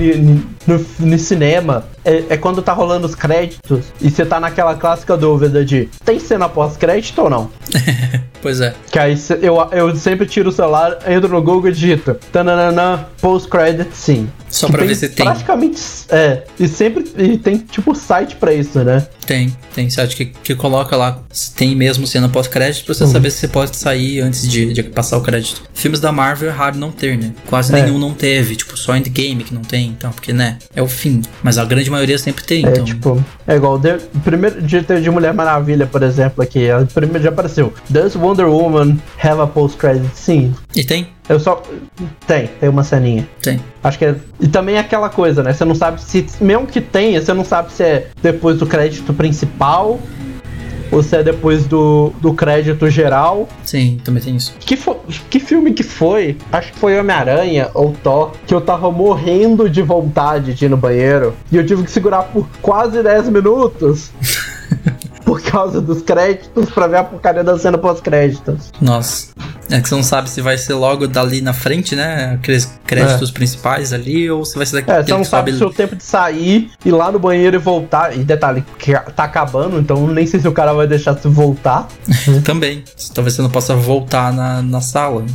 no cinema é quando tá rolando os créditos e você tá naquela clássica dúvida de tem cena pós-crédito ou não? Pois é. Que aí eu sempre tiro o celular, entro no Google e digito post-credit sim. Só pra ver se tem. Praticamente, e tem tipo site pra isso, né? Tem site que coloca lá se tem mesmo cena pós-crédito pra você saber se você pode sair antes de passar o crédito. Filmes da Marvel é raro não ter, né? Quase nenhum não teve, tipo, só Endgame que não tem, então, porque, né, é o fim. Mas a grande maioria sempre tem, então... tipo, igual o primeiro dia de Mulher Maravilha, por exemplo, aqui, o primeiro dia apareceu, Does Wonder Woman have a post-credit scene? E tem? Tem uma ceninha. Tem. Acho que e também é aquela coisa, né? Você não sabe se... Mesmo que tenha, você não sabe se é depois do crédito principal ou se é depois do crédito geral. Sim, também tem isso. Que filme que foi? Acho que foi Homem-Aranha ou Thor, que eu tava morrendo de vontade de ir no banheiro e eu tive que segurar por quase 10 minutos por causa dos créditos pra ver a porcaria da cena pós-créditos. Nossa. É que você não sabe se vai ser logo dali na frente, né? Aqueles créditos principais ali, ou se vai ser daqui. Você não sabe se é o tempo de sair, ir lá no banheiro e voltar. E detalhe, que tá acabando, então nem sei se o cara vai deixar você voltar. Também. Talvez você não possa voltar na sala.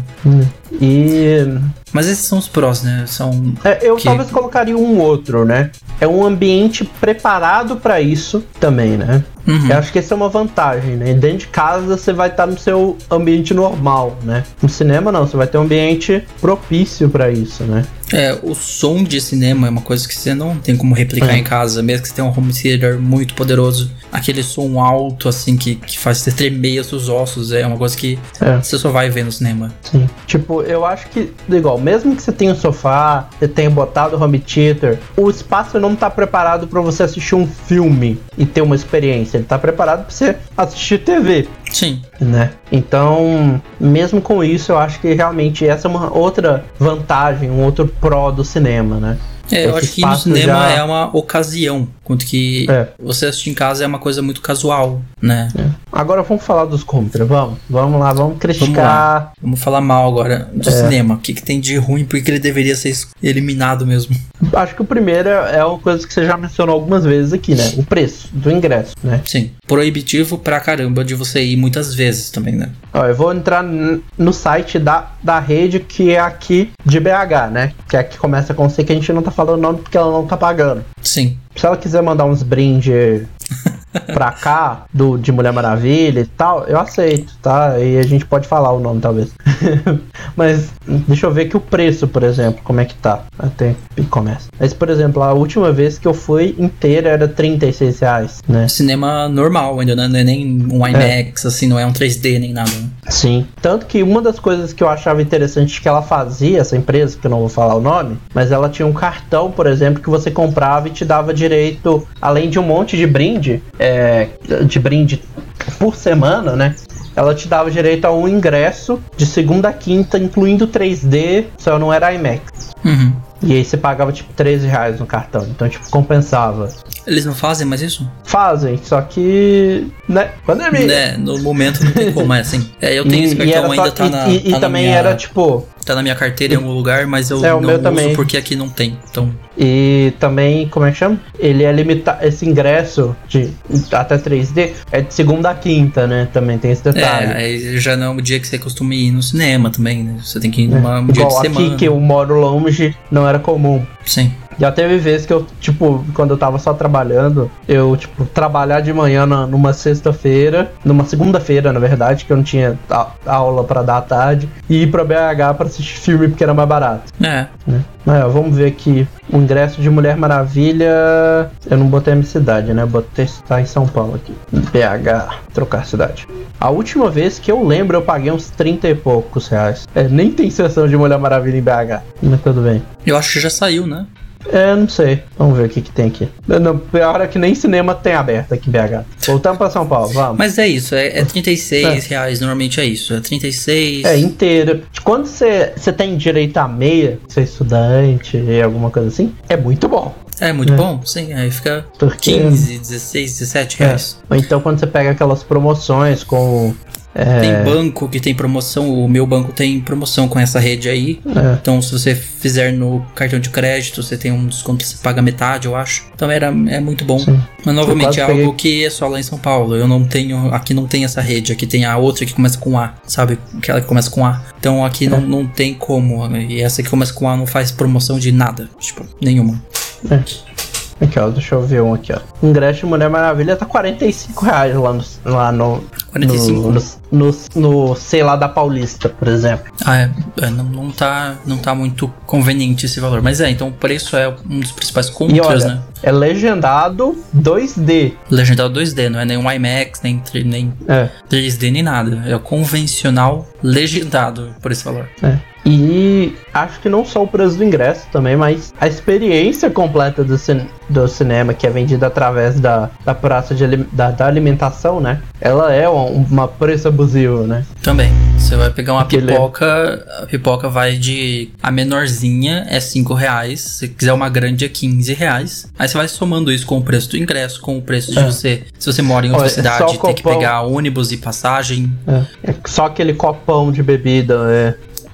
Mas esses são os prós, né? Talvez colocaria um outro, né? É um ambiente preparado pra isso também, né? Eu acho que essa é uma vantagem, né? Dentro de casa você vai estar no seu ambiente normal, né? No cinema não, você vai ter um ambiente propício pra isso, né? O som de cinema é uma coisa que você não tem como replicar em casa, mesmo que você tenha um home theater muito poderoso. Aquele som alto, assim, que faz você tremer os seus ossos, é uma coisa que você só vai ver no cinema. Sim. Tipo, eu acho que, igual, mesmo que você tenha um sofá, você tenha botado o home theater, o espaço não tá preparado pra você assistir um filme e ter uma experiência. Ele tá preparado pra você assistir TV. Sim. Né? Então, mesmo com isso, eu acho que realmente essa é uma outra vantagem, um outro pró do cinema, né? Eu acho que ir no cinema é uma ocasião, quanto que você assistir em casa é uma coisa muito casual, né? Agora vamos falar dos contras, vamos lá, vamos criticar. Vamos falar mal agora do cinema. O que tem de ruim, porque ele deveria ser eliminado mesmo? Acho que o primeiro é uma coisa que você já mencionou algumas vezes aqui, né? O preço do ingresso, né? Sim, proibitivo pra caramba de você ir muitas vezes também, né? Eu vou entrar no site da rede que é aqui de BH, né? Que é a que começa com C, que a gente não tá falando o nome porque ela não tá pagando. Sim. Se ela quiser mandar uns brindes pra cá, de Mulher Maravilha e tal, eu aceito, tá? E a gente pode falar o nome, talvez. Mas deixa eu ver aqui o preço, por exemplo, como é que tá. Até começa. Mas, por exemplo, a última vez que eu fui inteira era R$36, né? Cinema normal ainda, né? Não é nem um IMAX, assim, não é um 3D nem nada, né? Sim. Tanto que uma das coisas que eu achava interessante que ela fazia, essa empresa, que eu não vou falar o nome, mas ela tinha um cartão, por exemplo, que você comprava e te dava direito, além de um monte de brinde por semana, né? Ela te dava direito a um ingresso de segunda a quinta, incluindo 3D, só não era IMAX. Uhum. E aí você pagava tipo R$13 no cartão, então tipo compensava. Eles não fazem mais isso? Fazem, só que, né, pandemia. Né, no momento não tem como, assim. Eu tenho esse cartão, ainda tá na E também minha, era tipo... Tá na minha carteira em algum lugar, mas eu o não meu uso também. porque aqui não tem, então... E também, como é que chama? Ele é limitado, esse ingresso de até 3D é de segunda a quinta, né? Também tem esse detalhe. Aí já não é um dia que você costuma ir no cinema também, né? Você tem que ir num dia de semana. Aqui que eu moro longe, não era comum. Sim. Já teve vezes que eu, tipo, quando eu tava só trabalhando, eu, tipo, trabalhar de manhã numa sexta-feira, numa segunda-feira, na verdade, que eu não tinha aula pra dar à tarde, e ir pra BH pra assistir filme porque era mais barato. É. Né? Mas, ó, vamos ver aqui. O ingresso de Mulher Maravilha. Eu não botei a minha cidade, né? Botei tá em São Paulo aqui. BH. Trocar a cidade. A última vez que eu lembro, eu paguei uns 30 e poucos reais. Nem tem sessão de Mulher Maravilha em BH. Mas tudo bem. Eu acho que já saiu, né? Não sei. Vamos ver o que tem aqui. Não, pior é que nem cinema tem aberto aqui em BH. Voltamos pra São Paulo, vamos. Mas é isso, é R$36, normalmente é isso. É 36. Inteiro. Quando você tem direito a meia, você é estudante e alguma coisa assim, é muito bom. É muito bom, sim. Aí fica Porque 15, 16, 17 reais. Ou então quando você pega aquelas promoções com... Tem banco que tem promoção, o meu banco tem promoção com essa rede aí. Então se você fizer no cartão de crédito, você tem um desconto que você paga metade, eu acho. Então é muito bom. Sim. Mas novamente é algo que é só lá em São Paulo. Eu não tenho, aqui não tem essa rede, aqui tem a outra que começa com A, sabe? Aquela que começa com A. Então aqui não tem como. E essa que começa com A não faz promoção de nada, tipo, nenhuma. Aqui, ó, deixa eu ver um aqui, ó. O ingresso de Mulher Maravilha tá R$45 lá no 45? No sei lá, da Paulista, por exemplo. Não tá muito conveniente esse valor. Mas então o preço é um dos principais contras, né? É legendado 2D. Legendado 2D, não é nenhum IMAX, nem 3D, nem nada. É o convencional legendado por esse valor. E acho que não só o preço do ingresso também, mas a experiência completa do cinema, que é vendida através da praça da alimentação, né? Ela é uma preço abusivo, né? Também. Você vai pegar uma pipoca, a pipoca vai de... A menorzinha é R$5, se quiser uma grande é R$15. Aí você vai somando isso com o preço do ingresso, com o preço de você... Se você mora em outra cidade, tem que pegar ônibus e passagem. Só aquele copão de bebida,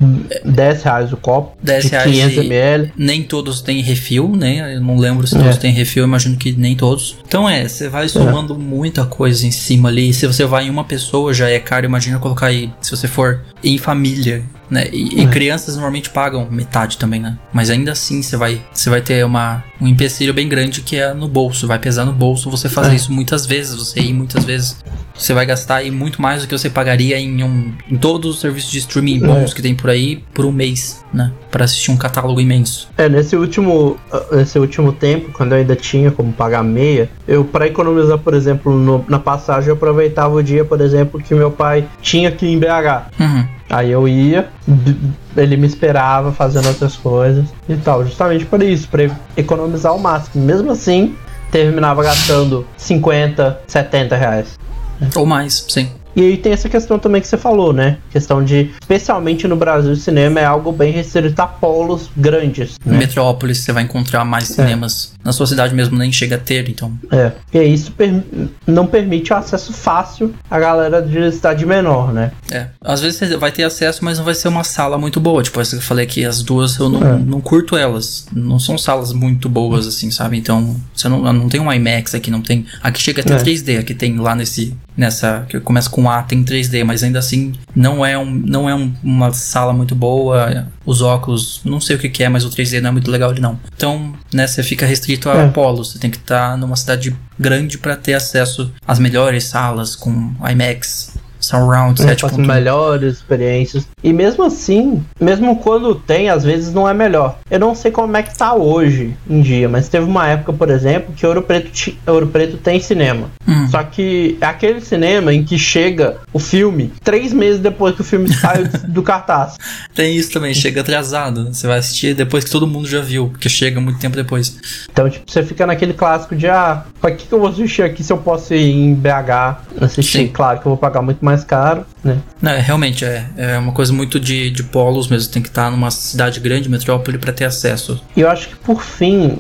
R$10 o copo, de 500 ml. Nem todos têm refil, né? Eu não lembro se todos têm refil, eu imagino que nem todos. Então você vai somando muita coisa em cima ali. Se você vai em uma pessoa, já é caro. Imagina colocar aí, se você for em família, né? E crianças normalmente pagam metade também, né? Mas ainda assim você vai ter um empecilho bem grande que é no bolso. Vai pesar no bolso você fazer isso muitas vezes, você ir muitas vezes. Você vai gastar aí muito mais do que você pagaria em todos os serviços de streaming bons que tem por aí por um mês, né? Pra assistir um catálogo imenso. Nesse último tempo, quando eu ainda tinha como pagar meia, eu, pra economizar, por exemplo, na passagem, eu aproveitava o dia, por exemplo, que meu pai tinha aqui em BH. Aí eu ia, ele me esperava fazendo outras coisas e tal, justamente por isso, pra economizar o máximo. Mesmo assim, terminava gastando 50, 70 reais. Ou mais, sim. E aí tem essa questão também que você falou, né? Questão de, especialmente no Brasil, o cinema é algo bem restrito a polos grandes, né? Em Metrópolis você vai encontrar mais cinemas. Na sua cidade mesmo nem chega a ter, então... E isso não permite o acesso fácil à galera de cidade menor, né? Às vezes você vai ter acesso, mas não vai ser uma sala muito boa. Tipo, essa que eu falei aqui, as duas eu não curto elas. Não são salas muito boas, assim, sabe? Então, você não tem um IMAX aqui, não tem... Aqui chega até 3D, aqui tem lá nessa que começa com A, tem 3D, mas ainda assim não é uma sala muito boa. Os óculos, não sei o que é, mas o 3D não é muito legal ali não. Então, né, você fica restrito restrito a polos. Você tem que estar numa cidade grande para ter acesso às melhores salas com IMAX, Surround 7.1. As melhores experiências. E mesmo assim, mesmo quando tem, às vezes não é melhor. Eu não sei como é que tá hoje em dia, mas teve uma época, por exemplo, que Ouro Preto tem cinema. Só que é aquele cinema em que chega o filme 3 meses depois que o filme saiu do cartaz. Tem isso também, chega atrasado. Você vai assistir depois que todo mundo já viu, porque chega muito tempo depois. Então, tipo, você fica naquele clássico de, pra que eu vou assistir aqui se eu posso ir em BH assistir? Sim. Claro que eu vou pagar muito mais caro, né? Não, realmente, é uma coisa muito de polos mesmo. Tem que estar numa cidade grande, metrópole, pra ter acesso. E eu acho que, por fim,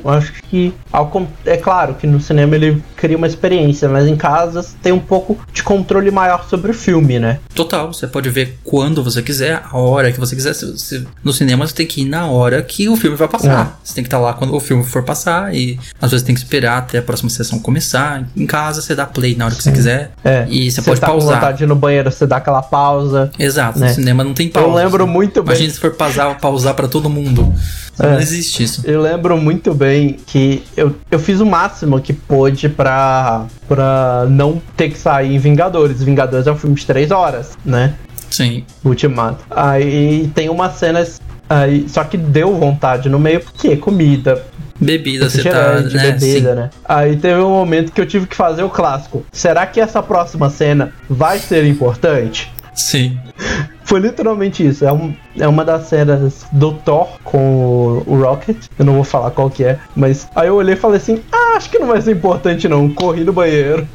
é claro que no cinema ele cria uma experiência, mas em casa você tem um pouco de controle maior sobre o filme, né? Total, você pode ver quando você quiser, a hora que você quiser. No cinema você tem que ir na hora que o filme vai passar. Você tem que estar lá quando o filme for passar e às vezes tem que esperar até a próxima sessão começar. Em casa você dá play na hora que você quiser e você pode pausar. Se você tá com vontade de ir no banheiro, você dá aquela pausa. Exato, né? No cinema não tem pausa. Eu lembro muito bem. Imagina se for pausar pra todo mundo. Não existe isso. Eu lembro muito bem que eu fiz o máximo que pôde pra não ter que sair em Vingadores. Vingadores é um filme de 3 horas, né? Sim. Ultimato. Aí tem umas cenas aí, só que deu vontade no meio, porque comida, bebida, você tá, né? Bebida, né? Aí teve um momento que eu tive que fazer o clássico. Será que essa próxima cena vai ser importante? Sim. Foi literalmente isso. É uma das cenas do Thor com o Rocket. Eu não vou falar qual que é. Mas aí eu olhei e falei assim: acho que não vai ser importante não. Corri no banheiro.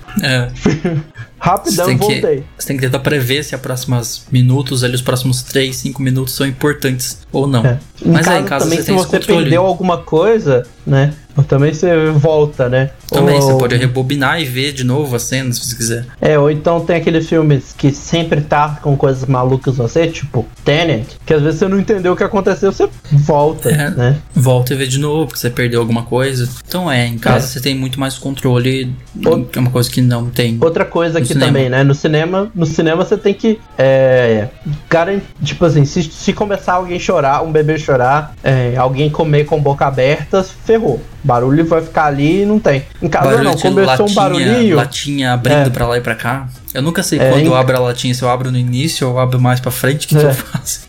Rapidão, voltei. Você tem que tentar prever se os próximos minutos, ali os próximos 3, 5 minutos são importantes ou não. Mas em casa também, se você perdeu alguma coisa, né? Também você volta, né? Também, você pode rebobinar e ver de novo a cena, se você quiser. Ou então tem aqueles filmes que sempre tá com coisas malucas você, tipo Tenet, que às vezes você não entendeu o que aconteceu, você volta, né? Volta e vê de novo, porque você perdeu alguma coisa. Então em casa você tem muito mais controle, que é uma coisa que não tem. Outra coisa aqui também, né? No cinema você tem que garantir, tipo assim, se começar alguém chorar, um bebê chorar, alguém comer com boca aberta, ferrou. Barulho vai ficar ali e não tem. Em casa barulho não, começou um barulhinho. Latinha abrindo pra lá e pra cá. Eu nunca sei quando eu abro a latinha, se eu abro no início ou eu abro mais pra frente, o que eu faço?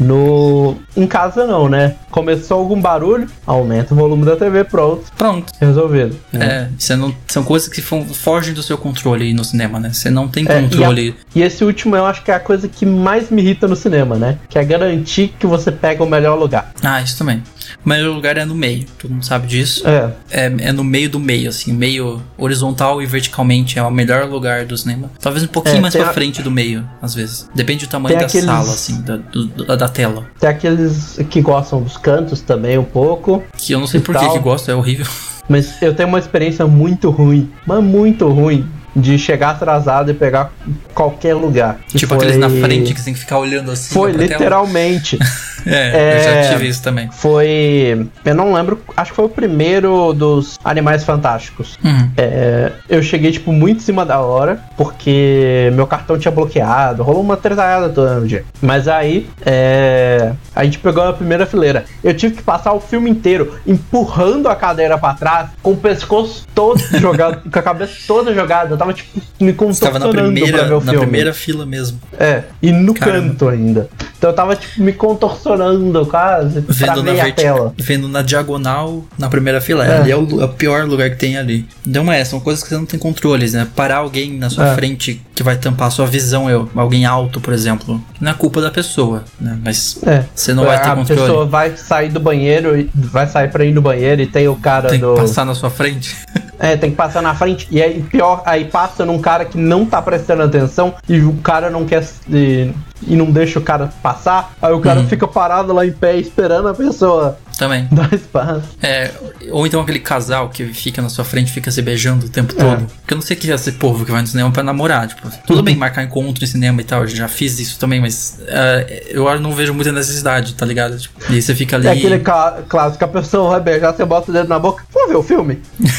Em casa não, né? Começou algum barulho, aumenta o volume da TV, pronto. Resolvido. São coisas que fogem do seu controle aí no cinema, né? Você não tem controle. E esse último eu acho que é a coisa que mais me irrita no cinema, né? Que é garantir que você pega o melhor lugar. Isso também. O melhor lugar é no meio, todo mundo sabe disso. É no meio do meio, assim, meio horizontal e verticalmente é o melhor lugar do cinema. Talvez um pouquinho mais pra frente do meio, às vezes. Depende do tamanho da sala, assim, da tela. Tem aqueles que gostam dos cantos também um pouco. Que eu não sei por que gostam, é horrível. Mas eu tenho uma experiência muito ruim, mas muito ruim, de chegar atrasado e pegar qualquer lugar. Tipo aqueles na frente que você tem que ficar olhando assim. Foi literalmente. Eu já tive isso também. Eu não lembro, acho que foi o primeiro dos Animais Fantásticos. Eu cheguei, tipo, muito em cima da hora, porque meu cartão tinha bloqueado, rolou uma tretalhada toda no dia. Mas aí, a gente pegou na primeira fileira. Eu tive que passar o filme inteiro empurrando a cadeira pra trás, com o pescoço todo jogado, com a cabeça toda jogada. Eu tava, tipo, me contorcionando pra ver o filme. Na primeira fila mesmo. E no canto ainda. Então eu tava, tipo, me contorcionando quase pra ver a tela. Vendo na diagonal, na primeira fila. Ali é o pior lugar que tem ali. Então são coisas que você não tem controles, né? Parar alguém na sua frente que vai tampar a sua visão, alguém alto, por exemplo. Não é culpa da pessoa, né? Mas você não vai ter controle. A pessoa vai sair do banheiro, vai sair pra ir no banheiro e tem o cara tem que passar na sua frente. Tem que passar na frente. E aí, pior, aí passa num cara que não tá prestando atenção e o cara não quer... E não deixa o cara passar. Aí o cara fica parado lá em pé esperando a pessoa também dar espaço. Ou então aquele casal que fica na sua frente, fica se beijando o tempo todo. Porque eu não sei que é esse povo que vai no cinema pra namorar. Tipo, tudo bem marcar encontro em cinema e tal, eu já fiz isso também, mas eu não vejo muita necessidade, tá ligado? Tipo, e aí você fica ali. É aquele clássico, a pessoa vai beijar, você bota o dedo na boca. Vamos ver o filme?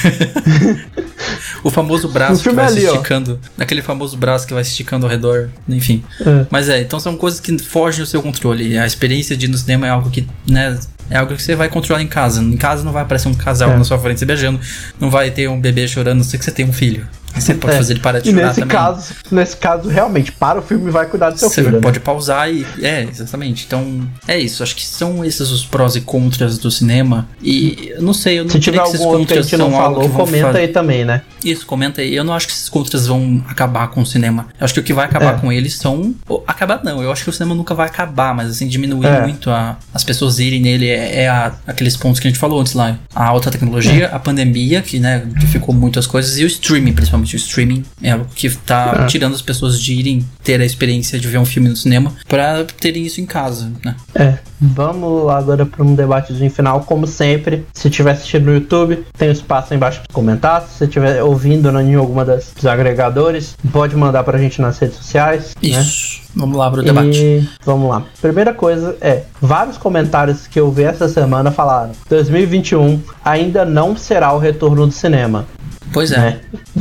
O famoso braço que vai se esticando. Aquele famoso braço que vai se esticando ao redor. Enfim. Mas então são coisas que fogem do seu controle. A experiência de ir no cinema é algo que, né, É algo que você vai controlar em casa. Em casa não vai aparecer um casal na sua frente se beijando. Não vai ter um bebê chorando, não sei que você tem um filho. Você pode fazer ele parar de chorar também. Nesse caso, realmente, para o filme e vai cuidar do seu filho. Você pode pausar e... exatamente. Então, é isso. Acho que são esses os prós e contras do cinema. E eu não sei, eu não Se tiver algum outro que a gente não falou, comenta aí também, né? Isso, comenta aí. Eu não acho que esses contras vão acabar com o cinema. Eu acho que o que vai acabar com eles são... Acabar não, eu acho que o cinema nunca vai acabar, mas assim, diminuir muito as pessoas irem nele aqueles pontos que a gente falou antes lá. A alta tecnologia, a pandemia, que, né, dificultou muitas coisas, e o streaming, principalmente. O streaming é o que tá tirando as pessoas de irem ter a experiência de ver um filme no cinema pra terem isso em casa, né? Vamos agora para um debatezinho final, como sempre. Se estiver assistindo no YouTube, tem o espaço aí embaixo para comentar. Se você estiver ouvindo em alguma dos agregadores, pode mandar pra gente nas redes sociais. Isso. Né? Vamos lá pro debate. Vamos lá. Primeira coisa vários comentários que eu vi essa semana falaram: 2021 ainda não será o retorno do cinema. Pois é.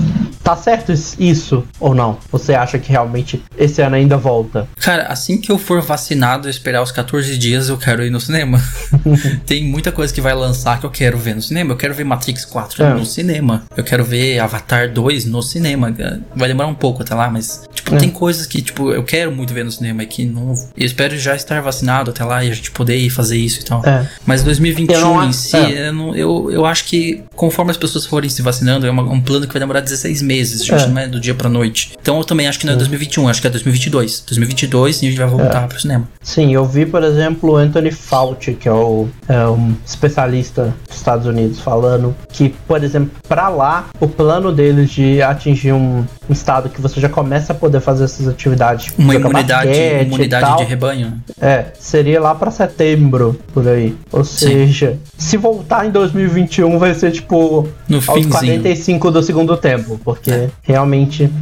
Tá certo isso ou não? Você acha que realmente esse ano ainda volta? Cara, assim que eu for vacinado e esperar os 14 dias, eu quero ir no cinema. Tem muita coisa que vai lançar que eu quero ver no cinema. Eu quero ver Matrix 4 no cinema. Eu quero ver Avatar 2 no cinema. Vai demorar um pouco até lá, mas tem coisas que eu quero muito ver no cinema e que não... Eu espero já estar vacinado até lá e a gente poder ir fazer isso e tal. Mas 2021 em si, eu acho que conforme as pessoas forem se vacinando, é um plano que vai demorar 16 meses, gente, não é do dia pra noite. Então eu também acho que não é 2021, acho que é 2022. 2022 e a gente vai voltar pro cinema. Sim, eu vi, por exemplo, o Anthony Fauci, que é um especialista dos Estados Unidos, falando que, por exemplo, pra lá, o plano deles de atingir um estado que você já começa a poder fazer essas atividades, tipo, uma imunidade de rebanho. Seria lá pra setembro, por aí. Ou seja, se voltar em 2021 vai ser tipo no aos finzinho. 45 do segundo tempo, porque realmente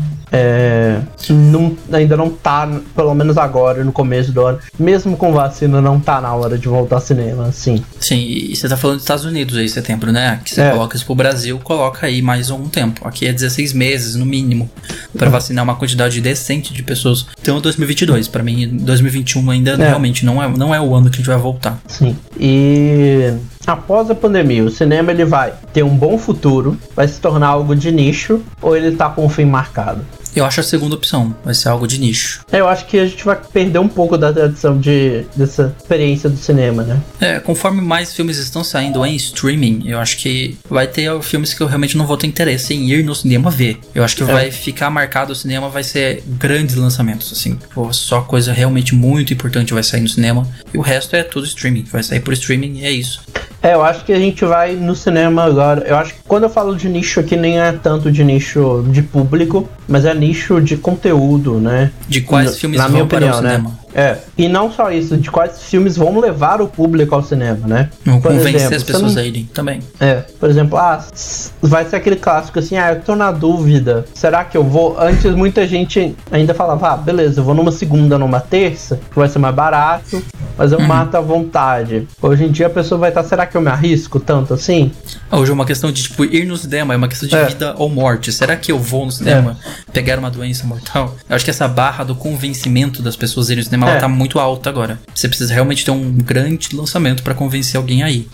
ainda não tá, pelo menos agora, no começo do ano, mesmo com vacina, não tá na hora de voltar ao cinema, assim. Sim, e você tá falando dos Estados Unidos aí, setembro, né? Que você coloca isso pro Brasil, coloca aí mais um tempo. Aqui é 16 meses, no mínimo, pra vacinar uma quantidade decente de pessoas. Então, 2022, pra mim, 2021 ainda realmente não é o ano que a gente vai voltar. Sim, e... após a pandemia, o cinema ele vai ter um bom futuro, vai se tornar algo de nicho, ou ele tá com o fim marcado? Eu acho a segunda opção, vai ser algo de nicho. Eu acho que a gente vai perder um pouco da tradição dessa experiência do cinema, né? Conforme mais filmes estão saindo em streaming, eu acho que vai ter filmes que eu realmente não vou ter interesse em ir no cinema ver. Eu acho que vai ficar marcado o cinema, vai ser grandes lançamentos, assim. Só coisa realmente muito importante vai sair no cinema. E o resto é tudo streaming, vai sair por streaming e é isso. Eu acho que a gente vai no cinema agora. Eu acho que quando eu falo de nicho aqui, nem é tanto de nicho de público, mas é nicho de conteúdo, né? De quais filmes vão para o cinema. E não só isso, de quais filmes vão levar o público ao cinema, né? Convencer as pessoas a irem também. Por exemplo, vai ser aquele clássico assim, eu tô na dúvida, será que eu vou? Antes muita gente ainda falava, beleza, eu vou numa segunda, numa terça, que vai ser mais barato, mas eu mato à vontade. Hoje em dia a pessoa vai estar, será que eu me arrisco tanto assim? Hoje é uma questão de, ir no cinema, é uma questão de vida ou morte. Será que eu vou no cinema pegar uma doença mortal? Eu acho que essa barra do convencimento das pessoas irem no cinema, ela tá muito alta agora. Você precisa realmente ter um grande lançamento pra convencer alguém a ir.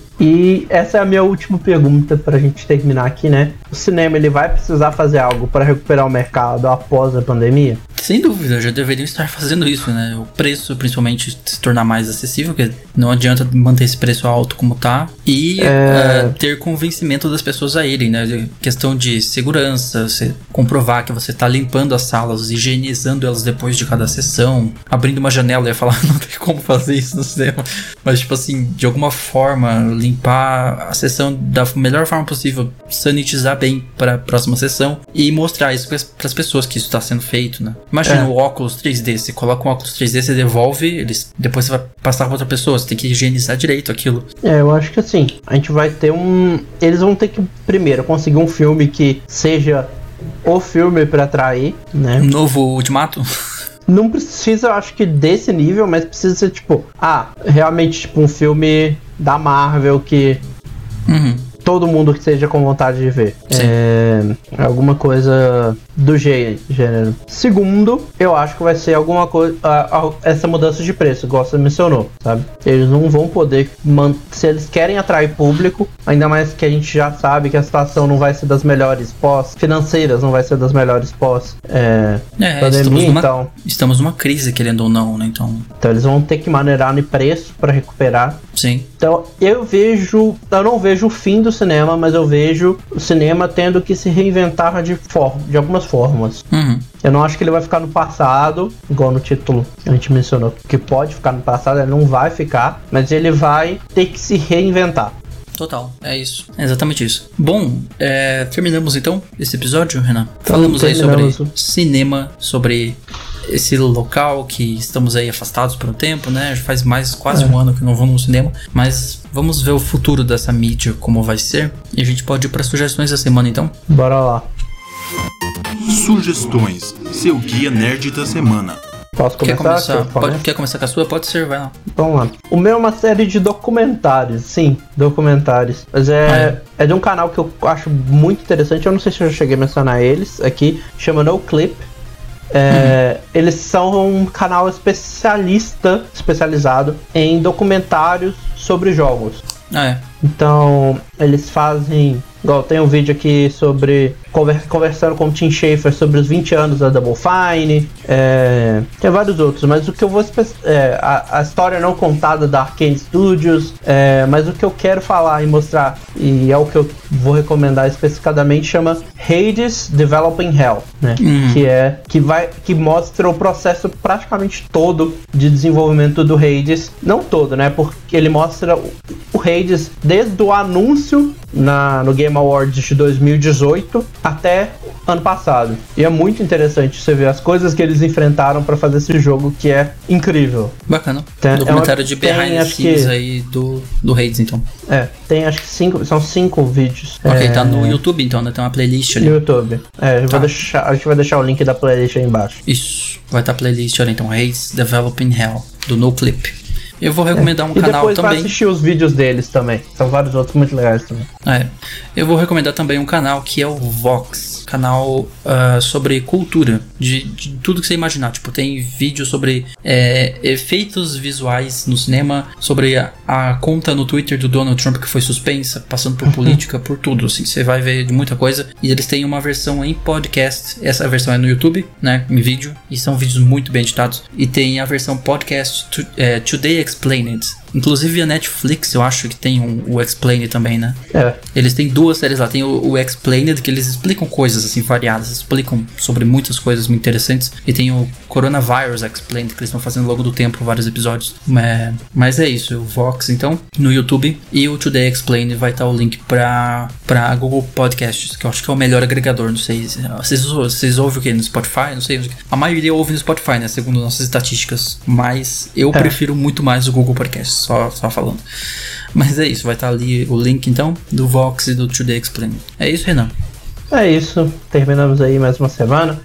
E essa é a minha última pergunta pra gente terminar aqui, né? O cinema, ele vai precisar fazer algo pra recuperar o mercado após a pandemia? Sem dúvida, já deveriam estar fazendo isso, né? O preço, principalmente, se tornar mais acessível, porque não adianta manter esse preço alto como tá. E ter convencimento das pessoas a irem, né? Questão de segurança, você comprovar que você tá limpando as salas, higienizando elas depois de cada sessão, abrindo uma janela. Eu ia falar, não tem como fazer isso no cinema. Mas, tipo assim, de alguma forma, limpar a sessão da melhor forma possível, sanitizar bem para a próxima sessão e mostrar isso para as pessoas que isso está sendo feito, né? Imagina o óculos 3D, você coloca um óculos 3D, você devolve, depois você vai passar para outra pessoa, você tem que higienizar direito aquilo. Eu acho que assim, a gente vai ter eles vão ter que, primeiro, conseguir um filme que seja o filme para atrair, né? Um novo Ultimato? Não precisa, eu acho que desse nível, mas precisa ser tipo, realmente tipo um filme da Marvel que todo mundo que seja com vontade de ver. Alguma coisa do gênero. Segundo, eu acho que vai ser alguma coisa, essa mudança de preço, igual você mencionou, sabe? Eles não vão poder, se eles querem atrair público, ainda mais que a gente já sabe que a situação não vai ser das melhores financeiras, não vai ser das melhores pandemia, estamos numa crise, querendo ou não, né? Então eles vão ter que maneirar no preço para recuperar. Sim. Então eu não vejo o fim do cinema, mas eu vejo o cinema tendo que se reinventar de algumas formas. Uhum. Eu não acho que ele vai ficar no passado, igual no título a gente mencionou, que pode ficar no passado, ele não vai ficar, mas ele vai ter que se reinventar. Total, é isso. É exatamente isso. Bom, terminamos então esse episódio, Renan. Falamos aí sobre cinema, sobre esse local que estamos aí afastados por um tempo, né? Já faz quase um ano que não vamos no cinema, mas vamos ver o futuro dessa mídia, como vai ser. E a gente pode ir para sugestões da semana, então? Bora lá. Sugestões, seu guia nerd da semana. Posso começar? Quer começar com a sua? Pode ser, vai lá. Vamos lá. O meu é uma série de documentários. Sim, documentários. Mas é de um canal que eu acho muito interessante. Eu não sei se eu já cheguei a mencionar eles aqui. Chama No Clip. Eles são um canal especializado em documentários sobre jogos. Então, eles fazem... Igual, tem um vídeo aqui sobre... Conversando com o Tim Schafer sobre os 20 anos da Double Fine. Tem vários outros, mas o que eu vou... a história não contada da Arkane Studios. Mas o que eu quero falar e mostrar, e é o que eu vou recomendar especificadamente, chama Hades Developing Hell, né? Que mostra o processo praticamente todo de desenvolvimento do Hades. Não todo, né? Porque ele mostra o Hades desde o anúncio no Game Awards de 2018 até ano passado. E é muito interessante você ver as coisas que eles enfrentaram pra fazer esse jogo, que é incrível. Bacana. Documentário de behind the scenes aí do Hades, então. Tem acho que 5 vídeos. Ok, tá no YouTube então, né? Tem uma playlist ali. No YouTube. A gente vai deixar o link da playlist aí embaixo. Isso, vai estar a playlist ali então, Hades Developing Hell, do No Clip. Eu vou recomendar um canal também. E depois vai assistir os vídeos deles também. São vários outros muito legais também. Eu vou recomendar também um canal que é o Vox. Canal sobre cultura. De tudo que você imaginar. Tipo, tem vídeo sobre efeitos visuais no cinema. Sobre a conta no Twitter do Donald Trump que foi suspensa. Passando por política, por tudo. Assim, você vai ver de muita coisa. E eles têm uma versão em podcast. Essa versão é no YouTube, né? Em vídeo. E são vídeos muito bem editados. E tem a versão podcast Today Explained. Inclusive a Netflix, eu acho que tem o Explained também, né? Eles têm duas séries lá. Tem o Explained, que eles explicam coisas assim variadas. Explicam sobre muitas coisas muito interessantes. E tem o Coronavirus Explained, que eles estão fazendo ao longo do tempo, vários episódios. Mas é isso, o Vox, então, no YouTube. E o Today Explained vai estar o link pra Google Podcasts, que eu acho que é o melhor agregador, não sei. Vocês ouvem o quê? No Spotify? Não sei. A maioria ouve no Spotify, né? Segundo nossas estatísticas. Mas eu prefiro muito mais o Google Podcasts. Só falando. Mas é isso, vai estar ali o link então do Vox e do Today Explained. É isso, Renan? É isso, terminamos aí mais uma semana.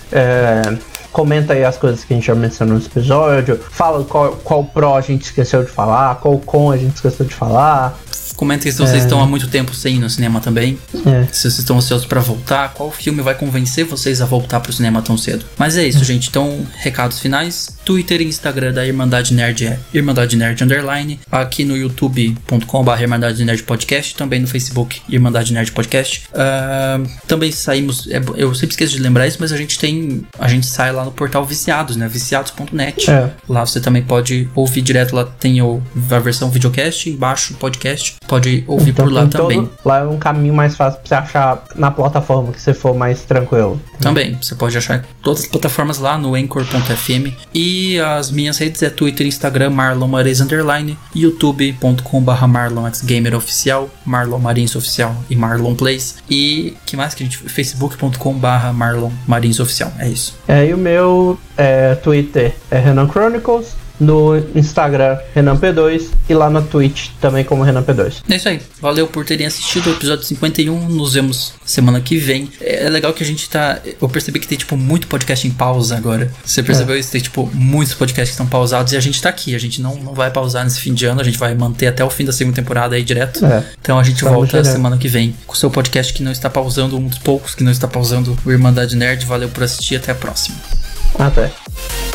Comenta aí as coisas que a gente já mencionou nesse episódio. Fala qual Pro a gente esqueceu de falar, qual Con a gente esqueceu de falar. Comentem se vocês estão há muito tempo sem ir no cinema também. Se vocês estão ansiosos pra voltar. Qual filme vai convencer vocês a voltar pro cinema tão cedo? Mas é isso, gente. Então, recados finais. Twitter e Instagram da Irmandade Nerd é Irmandade Nerd _. Aqui no youtube.com/, Irmandade Nerd Podcast. Também no Facebook, Irmandade Nerd Podcast. Também saímos... eu sempre esqueço de lembrar isso, mas a gente sai lá no portal Viciados, né? Viciados.net. Lá você também pode ouvir direto. Lá tem a versão videocast, embaixo podcast. Pode ouvir então, por lá também. Lá é um caminho mais fácil pra você achar na plataforma que você for mais tranquilo. Também, você pode achar em todas as plataformas lá no Anchor.fm. E as minhas redes é Twitter, Instagram, Marlon Marins _, youtube.com/, MarlonXGamerOficial, Marlon Marins Oficial e Marlon Plays. E que mais que a gente... facebook.com/, Marlon Marins Oficial. É isso. E o meu Twitter é Renan Chronicles. no Instagram Renan P2 e lá na Twitch também como Renan P2. É isso aí. Valeu por terem assistido o episódio 51. Nos vemos semana que vem. É legal que a gente tá... Eu percebi que tem, tipo, muito podcast em pausa agora. Você percebeu isso? Tem, tipo, muitos podcasts que estão pausados e a gente tá aqui. A gente não vai pausar nesse fim de ano. A gente vai manter até o fim da segunda temporada aí direto. Então a gente volta semana que vem com o seu podcast que não está pausando, um dos poucos que não está pausando, o Irmandade Nerd. Valeu por assistir. Até a próxima. Até.